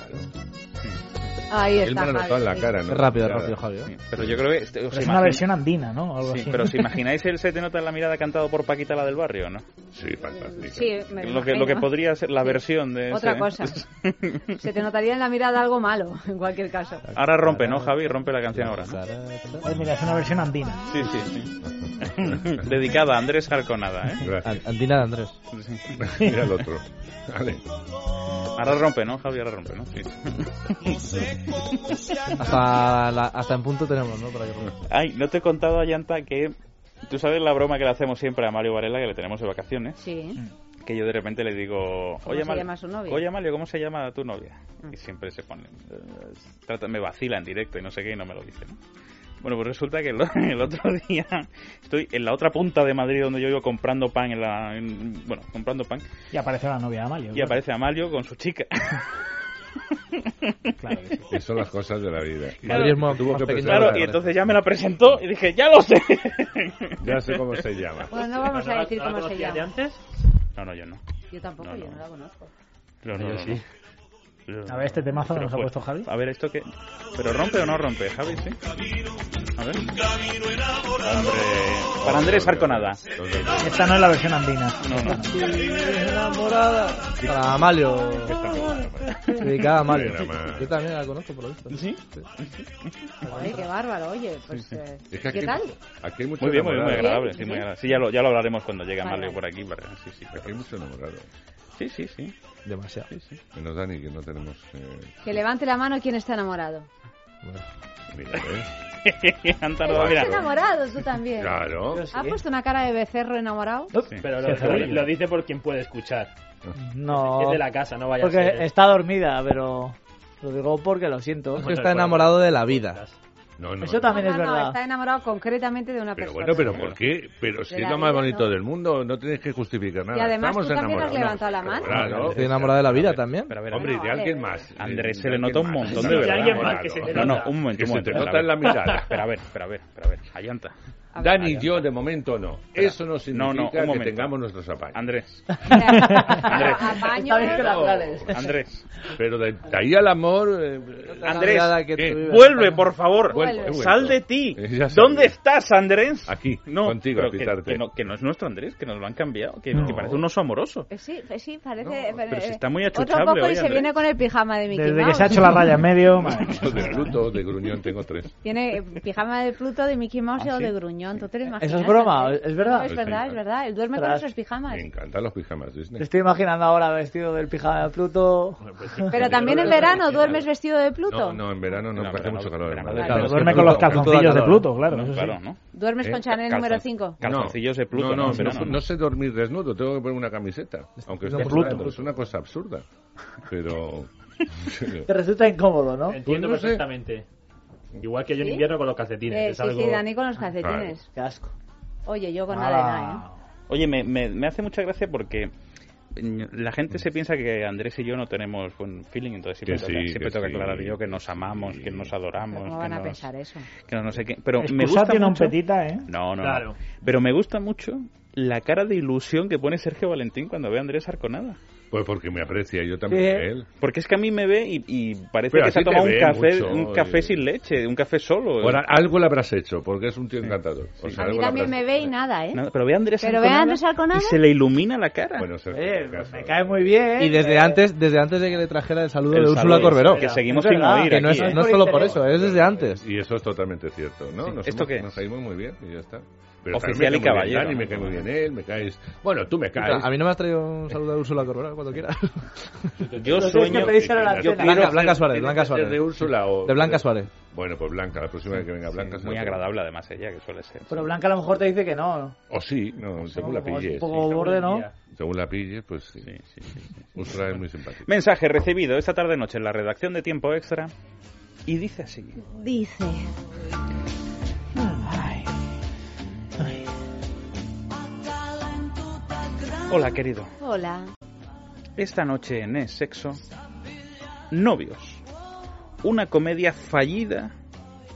Ahí Él está, me lo notó Javi, en la sí. cara, ¿no? Es rápido, Claro. rápido, Javi. ¿eh? Sí, pero yo creo que... Este, Pero ¿os es imagina- una versión andina, ¿no? Algo Sí, así. pero ¿os imagináis el Se te nota en la mirada cantado por Paquita, la del barrio, no? Sí, fantástico. Sí, me Lo que, lo imagino. que podría ser la Sí. versión de... Otra ese- cosa. Se te notaría en la mirada algo malo, en cualquier caso. Ahora rompe, ¿no, Javi? Rompe la canción ahora, ¿no? Pues mira, es una versión andina. Sí, sí, sí. Dedicada a Andrés Arconada, ¿eh? An- Andina de Andrés. Mira el otro. Vale. Ahora rompe, ¿no, Javi? Ahora rompe, ¿no? Sí. Hasta, la- hasta en punto tenemos, ¿no? Para que rompa. Ay, no te he contado, Ayanta, que... Tú sabes la broma que le hacemos siempre a Mario Varela, que le tenemos de vacaciones. Sí. Que yo de repente le digo... ¿Cómo Oye, se Mario, llama su novia? Oye, Mario, ¿cómo se llama tu novia? Y siempre se pone... eh, trata- me vacila en directo y no sé qué y no me lo dice, ¿no? Bueno, pues resulta que el, el otro día estoy en la otra punta de Madrid donde yo iba comprando pan en la... en- bueno, comprando pan. Y aparece la novia de Amalio. Y claro. aparece Amalio con su chica. Claro que sí. Que son las cosas de la vida. Y Madrid es más- tuvo más que pequeño. pensar- Claro, y entonces ya me la presentó y dije, ¡ya lo sé! Ya sé cómo se llama. Bueno, no vamos a decir cómo se llama. No, no, yo no. Yo tampoco, No, yo no. no la conozco. No, no, no, no. A ver, este temazo que Pero nos ha fue- puesto Javi. A ver, ¿esto qué? ¿Pero rompe o no rompe, Javi? Sí. A ver. Hombre, para Andrés Arconada. Esta no es la versión andina. No, no. Enamorada. Para Amalio. Dedicada a Amalio. Buena, ma. Yo también la conozco, por lo visto. ¿Sí? Ay, qué bárbaro, oye, pues... eh, Es que aquí, ¿Qué tal? aquí hay mucho Muy bien, muy, bien, muy enamorado. agradable. Bien, Sí, muy bien. agradable. Sí, ya lo, ya lo hablaremos cuando llegue Vale, Amalio vale. por aquí. Para... Sí, sí, Aquí hay mucho enamorado. sí, sí, sí. Demasiado. Sí, sí. Menos Dani, que no tenemos... Eh... Que levante la mano quien está enamorado. Mira, ¿eh? Han Estás tardado, mira. enamorado tú también. Claro. ¿Has puesto una cara de becerro enamorado? Sí. Pero lo, lo- lo dice por quien puede escuchar. No, Es de la casa, no vaya porque a ser. está dormida, pero lo digo porque lo siento. Es que está enamorado de la vida. No, no, Eso también No, es no, no, verdad. está enamorado concretamente de una Pero persona. bueno, pero ¿por qué? Pero si De es la lo más vida, bonito no. del mundo, no tienes que justificar nada. Y además Estamos tú también has enamorados. levantado la mano. Claro. Estoy enamorado de la vida también. Pero a ver, Hombre, y de Bueno, alguien vale. más. Andrés, De se le alguien nota un más. montón Sí, de verdad. alguien más que se te No, no, nota. un momento, Que un se momento. te a nota ver. en la mirada. Espera, a ver, espera, a ver, espera, a ver. Ayanta. Dani y yo, de momento, no. Eso no significa No, no, un que momento. tengamos nuestros apaños. Andrés. Claro, apaño. Está bien que lo aclares. Andrés. Pero de, de ahí al amor... eh, Andrés, mirada que ¿qué? tú vives. vuelve, por favor. Vuelvo, he vuelto. Sal de ti. Eh, ya sabía. ¿Dónde estás, Andrés? Aquí, No, contigo, pero a que, pitarte. que no, que no es nuestro Andrés, que nos lo han cambiado, que, No. que parece un oso amoroso. Eh, Sí, eh, sí, parece... pero si está muy Otro achuchable poco hoy, y se Andrés. viene con el pijama de Mickey Desde que Mouse. se ha hecho la raya en medio, madre. De Pluto, de Gruñón tengo tres. Tiene pijama de Pluto, de Mickey Mouse ¿Ah, o sí? de Gruñón. ¿Tú te lo imaginas? Eso es broma, Andrés? es verdad. No, es verdad, es verdad. Él duerme con Tras. esos pijamas. Me encantan los pijamas Disney. Te estoy imaginando ahora vestido del pijama de Pluto. Pero también en verano duermes vestido de Pluto. No, no, en verano no, No, hace verano, mucho calor. verano, hermano. claro, Pero es duerme que con los Pluto- calzoncillos de calor. Pluto, claro. No, eso sí. claro, ¿no? Duermes ¿Eh? con Chanel Calzon- número cinco. Calzoncillos de Pluto, No, no, ¿no? Pero no, no, no sé dormir desnudo, tengo que poner una camiseta. Aunque esté De sudando, Pluto. es una cosa absurda. Pero... Te resulta incómodo, ¿no? Entiendo Pues no sé. perfectamente. Igual que yo en ¿Sí? invierno con los calcetines. Eh, es sí, algo... sí, Dani con los calcetines. Qué asco. Oye, yo con nada de nada, ¿eh? Ah. Oye, me, me, me hace mucha gracia porque la gente se piensa que Andrés y yo no tenemos buen feeling, entonces siempre, Que toca, sí, siempre que tengo que sí. aclarar yo que nos amamos, que nos adoramos, ¿Cómo que van a nos, pensar eso? que no, no sé qué. Pero me Excusatio gusta non mucho... petita, ¿eh? No, no, Claro. no. Pero me gusta mucho la cara de ilusión que pone Sergio Valentín cuando ve a Andrés Arconada. Pues porque me aprecia, yo también Sí. a él. Porque es que a mí me ve y, y parece Pero que a se ha ti te tomado un ve café, mucho, un café eh. sin leche, un café solo. Bueno, algo le habrás hecho, porque es un tío encantador. O sea, A mí algo le también habrás me ve y nada, ¿eh? Nada, pero ve a Andrés Pero ve a Arconada Andrés Arconada y se le ilumina la cara. Bueno, Sergio, Eh, caso. me cae muy bien. Y desde eh, antes desde antes de que le trajera el saludo El de Úrsula saludo, Corberó. que seguimos Es sin verdad. oír Que no aquí, es, ¿eh? no es solo por eso, es desde antes. Y eso es totalmente cierto, ¿no? Sí. Nos, ¿Esto hemos- qué es? nos caímos muy bien y ya está. Pero Oficial también y me cae muy caballero, bien Dani, ¿no? me cae muy bien él, me caes... Bueno, tú me caes. A mí no me has traído un saludo de Úrsula Corberó cuando quieras. Yo Lo tienes sueño... que pedírselo a la yo cena. quiero- Blanca, Blanca Suárez, ¿Tiene Blanca que ser Suárez. de Úrsula o...? De Blanca Suárez. Bueno, pues Blanca, la próxima vez que venga Blanca... se Muy la- agradable además ella, que suele ser. Pero Blanca a lo mejor te dice que no. O sí, no, según la Como es pilles. un poco sí. borde, ¿no? Según la pilles, pues sí. Sí, sí, sí, sí. Úrsula es muy simpática. Mensaje recibido esta tarde noche en la redacción de Tiempo Extra y dice así. Dice... Hola, querido. Hola. Esta noche en Es Sexo, Novios. Una comedia fallida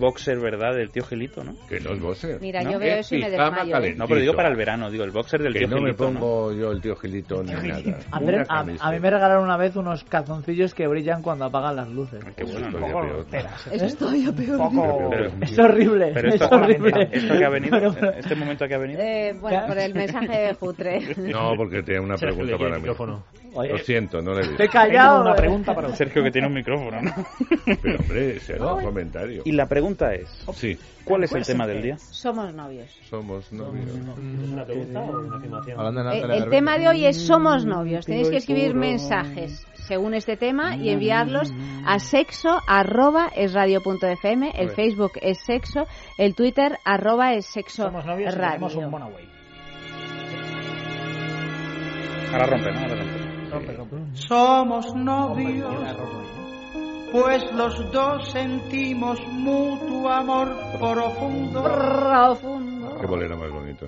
boxer, ¿verdad? Del tío Gilito, ¿no? Que no es boxer. Mira, ¿No? yo veo eso y me desmayo. No, pero digo para el verano, digo, el boxer del que tío no Gilito. me pongo ¿no? yo el tío Gilito ni nada. A, ver, a, a mí me regalaron una vez unos calzoncillos brillos que brillan cuando apagan las luces. Qué bueno, Esto ¿no? ya peor. Eso es todavía peor. Poco... Pero- Es horrible, Pero es esto, horrible. esto que ha venido, Pero- pero- este momento que ha venido. Eh, bueno, por el mensaje de Jutre. No, porque tiene una Sergio, pregunta le quiere para el mí. micrófono. Lo siento, no le he Te he visto. callado. Tengo una pregunta para usted. Sergio, que tiene un micrófono, ¿no? Pero hombre, se hace un comentario. Y la pregunta es, Sí, ¿cuál es el tema del día? Somos novios. somos novios. ¿Es una pregunta o una afirmación? Hablando de Eh, Natalia el García. tema de hoy es somos novios. Tenéis que escribir mensajes según este tema y enviarlos a sexo arroba es radio punto f m. El Facebook es sexo, el Twitter arroba es sexo Somos novios y tenemos un radio. Monaway. Ahora rompe, ¿no? Ahora rompe. Rompe, rompe. Somos novios, pues los dos sentimos mutuo amor profundo. Profundo. Qué bolera más bonito.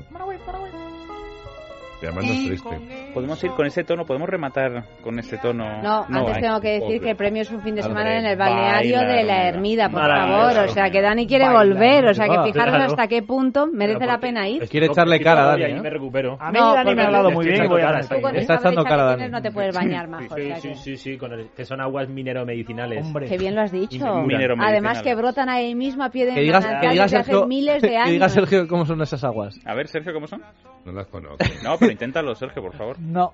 Y además no es triste. Podemos ir con ese tono, podemos rematar con este tono. No, antes hay- tengo que decir Hombre. que el premio es un fin de Hombre, semana en el balneario baila, de la Ermida. Ermida, por Maravilloso. favor. O sea, que Dani quiere Baila, volver. O sea, que Ah, fijaros claro. hasta qué punto merece Pero la porque- pena ir. Quiere echarle cara a Dani, Y ahí ¿eh? me recupero. A mí No, Dani me ha porque hablado le muy estoy bien y voy a echando dar Tú con fe. Está esa echando brecha cara, que Dani. tienes no te puedes bañar, majo. o Sí, sea sí, que- sí, sí, con el, que son aguas mineromedicinales. Hombre. Qué bien lo has dicho. Minero Además medicinal. que brotan ahí mismo a pie de Que diga, manantial que diga desde hace Sergio, miles de que años. diga Sergio cómo son esas aguas. A ver, Sergio, ¿cómo son? No las conozco. No, pero inténtalo, Sergio, por favor. No.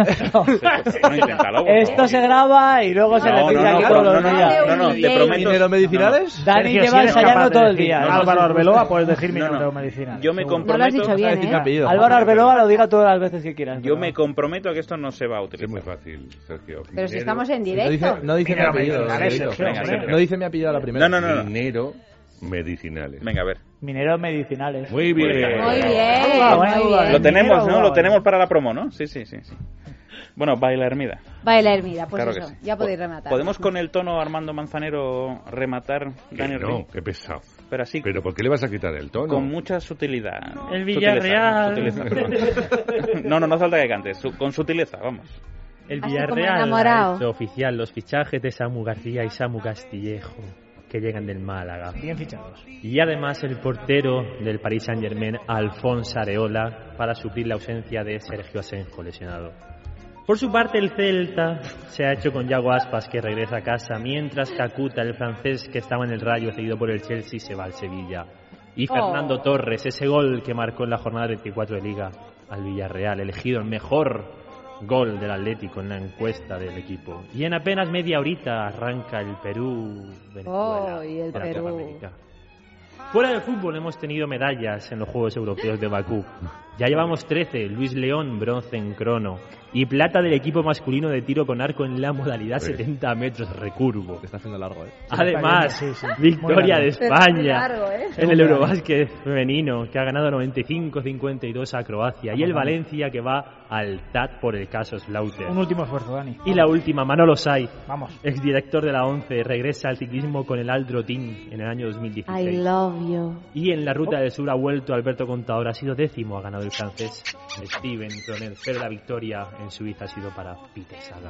Bueno, inténtalo, por Esto favor. se graba y luego se No, repite no, aquí no, todos no, los no, días. no, no, te Miguel. prometo. ¿Minero medicinales? Dani Sergio, lleva si eres ensayando capaz de todo el decir día. ¿eh? Álvaro Arbeloa, puedes decir No, no. minero medicinal. Yo me seguro. No lo has comprometo. dicho bien, Decir mi ¿eh? apellido. Álvaro Arbeloa lo diga todas las veces que quieras. Yo me comprometo a que esto no se va a Es utilizar. muy fácil, Sergio. Pero si Minero- estamos en No dice, directo. no dice mi Minero apellido. medicinales, Sergio. Sergio, Venga, hombre. Sergio. No dice mi apellido a la primera. No, no, no, no. Minero medicinales. Venga, a ver. Mineros medicinales. Muy bien. Muy bien, Buena muy duda, bien. Lo tenemos, ¿no? Minero, Lo tenemos para la promo, ¿no? Sí, sí, sí, sí. Bueno, baila Hermida. Baila Hermida, pues Claro que eso, sí. ya podéis Po- rematar. ¿Podemos con el tono Armando Manzanero rematar, Que Dani no, Ortiz? qué pesado. Pero así, Pero ¿por qué le vas a quitar el tono? con mucha sutilidad. El Sutileza, Villarreal. sutileza, perdón. No, no, no falta que cantes. Su- con sutileza, vamos. El Así como Villarreal enamorado. ha hecho oficial los fichajes de Samu García y Samu Castillejo, que llegan del Málaga. Bien fichados. Y además el portero del Paris Saint-Germain, Alphonse Areola, para suplir la ausencia de Sergio Asenjo, lesionado. Por su parte, el Celta se ha hecho con Yago Aspas, que regresa a casa, mientras Kakuta, el francés que estaba en el Rayo cedido por el Chelsea, se va al Sevilla. Y Oh. Fernando Torres, ese gol que marcó en la jornada veinticuatro de Liga al Villarreal, elegido el mejor gol del Atlético en la encuesta del equipo. Y en apenas media horita arranca el Perú-Venezuela. Oh, y el para la Perú. Copa América. Fuera del fútbol hemos tenido medallas en los Juegos Europeos de Bakú. Ya llevamos trece, Luis León, bronce en crono. Y plata del equipo masculino de tiro con arco en la modalidad Sí. setenta metros recurvo. Te está haciendo largo, ¿eh? Además, Sí, sí, muy victoria largo. de España Largo, ¿eh? en el Eurobásquet femenino, que ha ganado noventa y cinco a cincuenta y dos a Croacia. Y el Valencia, que va al T A T por el caso Slaughter. Un último esfuerzo, Dani. Y la última, Manolo Sai, Vamos. exdirector de la ONCE, regresa al ciclismo con el Aldro Team en el año dos mil I dieciséis. love you. Y en la Ruta del Sur ha vuelto Alberto Contador, ha sido décimo, ha ganado el francés Steven Cronet, pero la victoria en Suiza ha sido para Peter Sagan.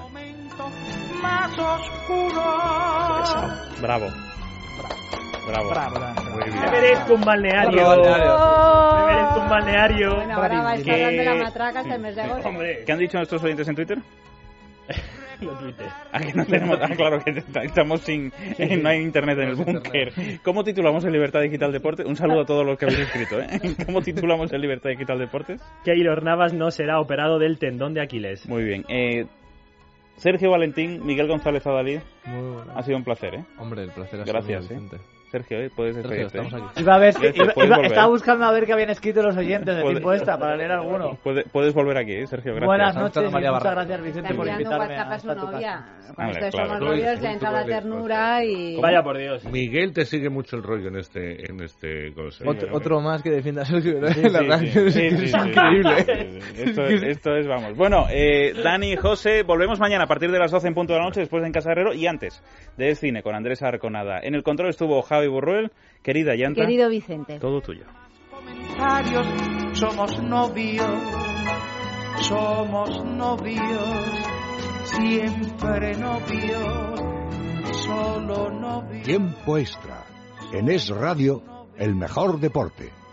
Más oscuro. Bravo. Bravo. Bravo, Dani. Muy bien. Me merezco un balneario. Bravo, balneario. Me merezco un balneario. Bueno, ahora va a estar Que- dando la matraca hasta el mes de agosto. Hombre, ¿Qué han dicho nuestros oyentes en Twitter? lo tuite. Ah, que no tenemos, ah, claro que estamos sin, eh, no hay internet en el búnker. ¿Cómo titulamos el Libertad Digital Deportes? Un saludo a todos los que habéis escrito, ¿eh? ¿Cómo titulamos el Libertad Digital Deportes? Keylor Navas no será operado del tendón de Aquiles. Muy bien. Eh, Sergio Valentín, Miguel González Adalid, Muy bueno. ha sido un placer, ¿eh? Hombre, el placer ha sido Gracias, muy ¿eh? Vicente. Sergio, ¿eh? Puedes Sergio, despedirte. estamos ¿eh? aquí. Iba a ver, Puedes- iba- puedes iba- volver. estaba buscando a ver qué habían escrito los oyentes de Puede- tiempo extra para leer alguno. Puede- puedes volver aquí, ¿eh, Sergio. Gracias. Buenas Está noches y María muchas Barra. gracias, Vicente, Está por enviando un invitarme WhatsApp a su hasta tu novia. casa. Con Vale, esto de claro. somos Uy, novios, ya sí, entra tú la vale, ternura y... Vaya por Dios. Miguel te sigue mucho el rollo en este, en este cosa. Otro, ¿no? otro más que defienda a Sergio, ¿no? Sí, La sí, verdad sí. que es- Sí, sí, es sí, increíble. sí, sí, sí. Esto, es, esto es, vamos. Bueno, eh, Dani y José, volvemos mañana a partir de las doce en punto de la noche, después en Casa Herrero y antes del cine con Andrés Arconada. En el control estuvo Javi Burruel, querida Yanta. Querido Vicente. Todo tuyo. Comentarios, somos novios, somos novios, siempre novios, solo novios. Tiempo extra. En Es Radio, el mejor deporte.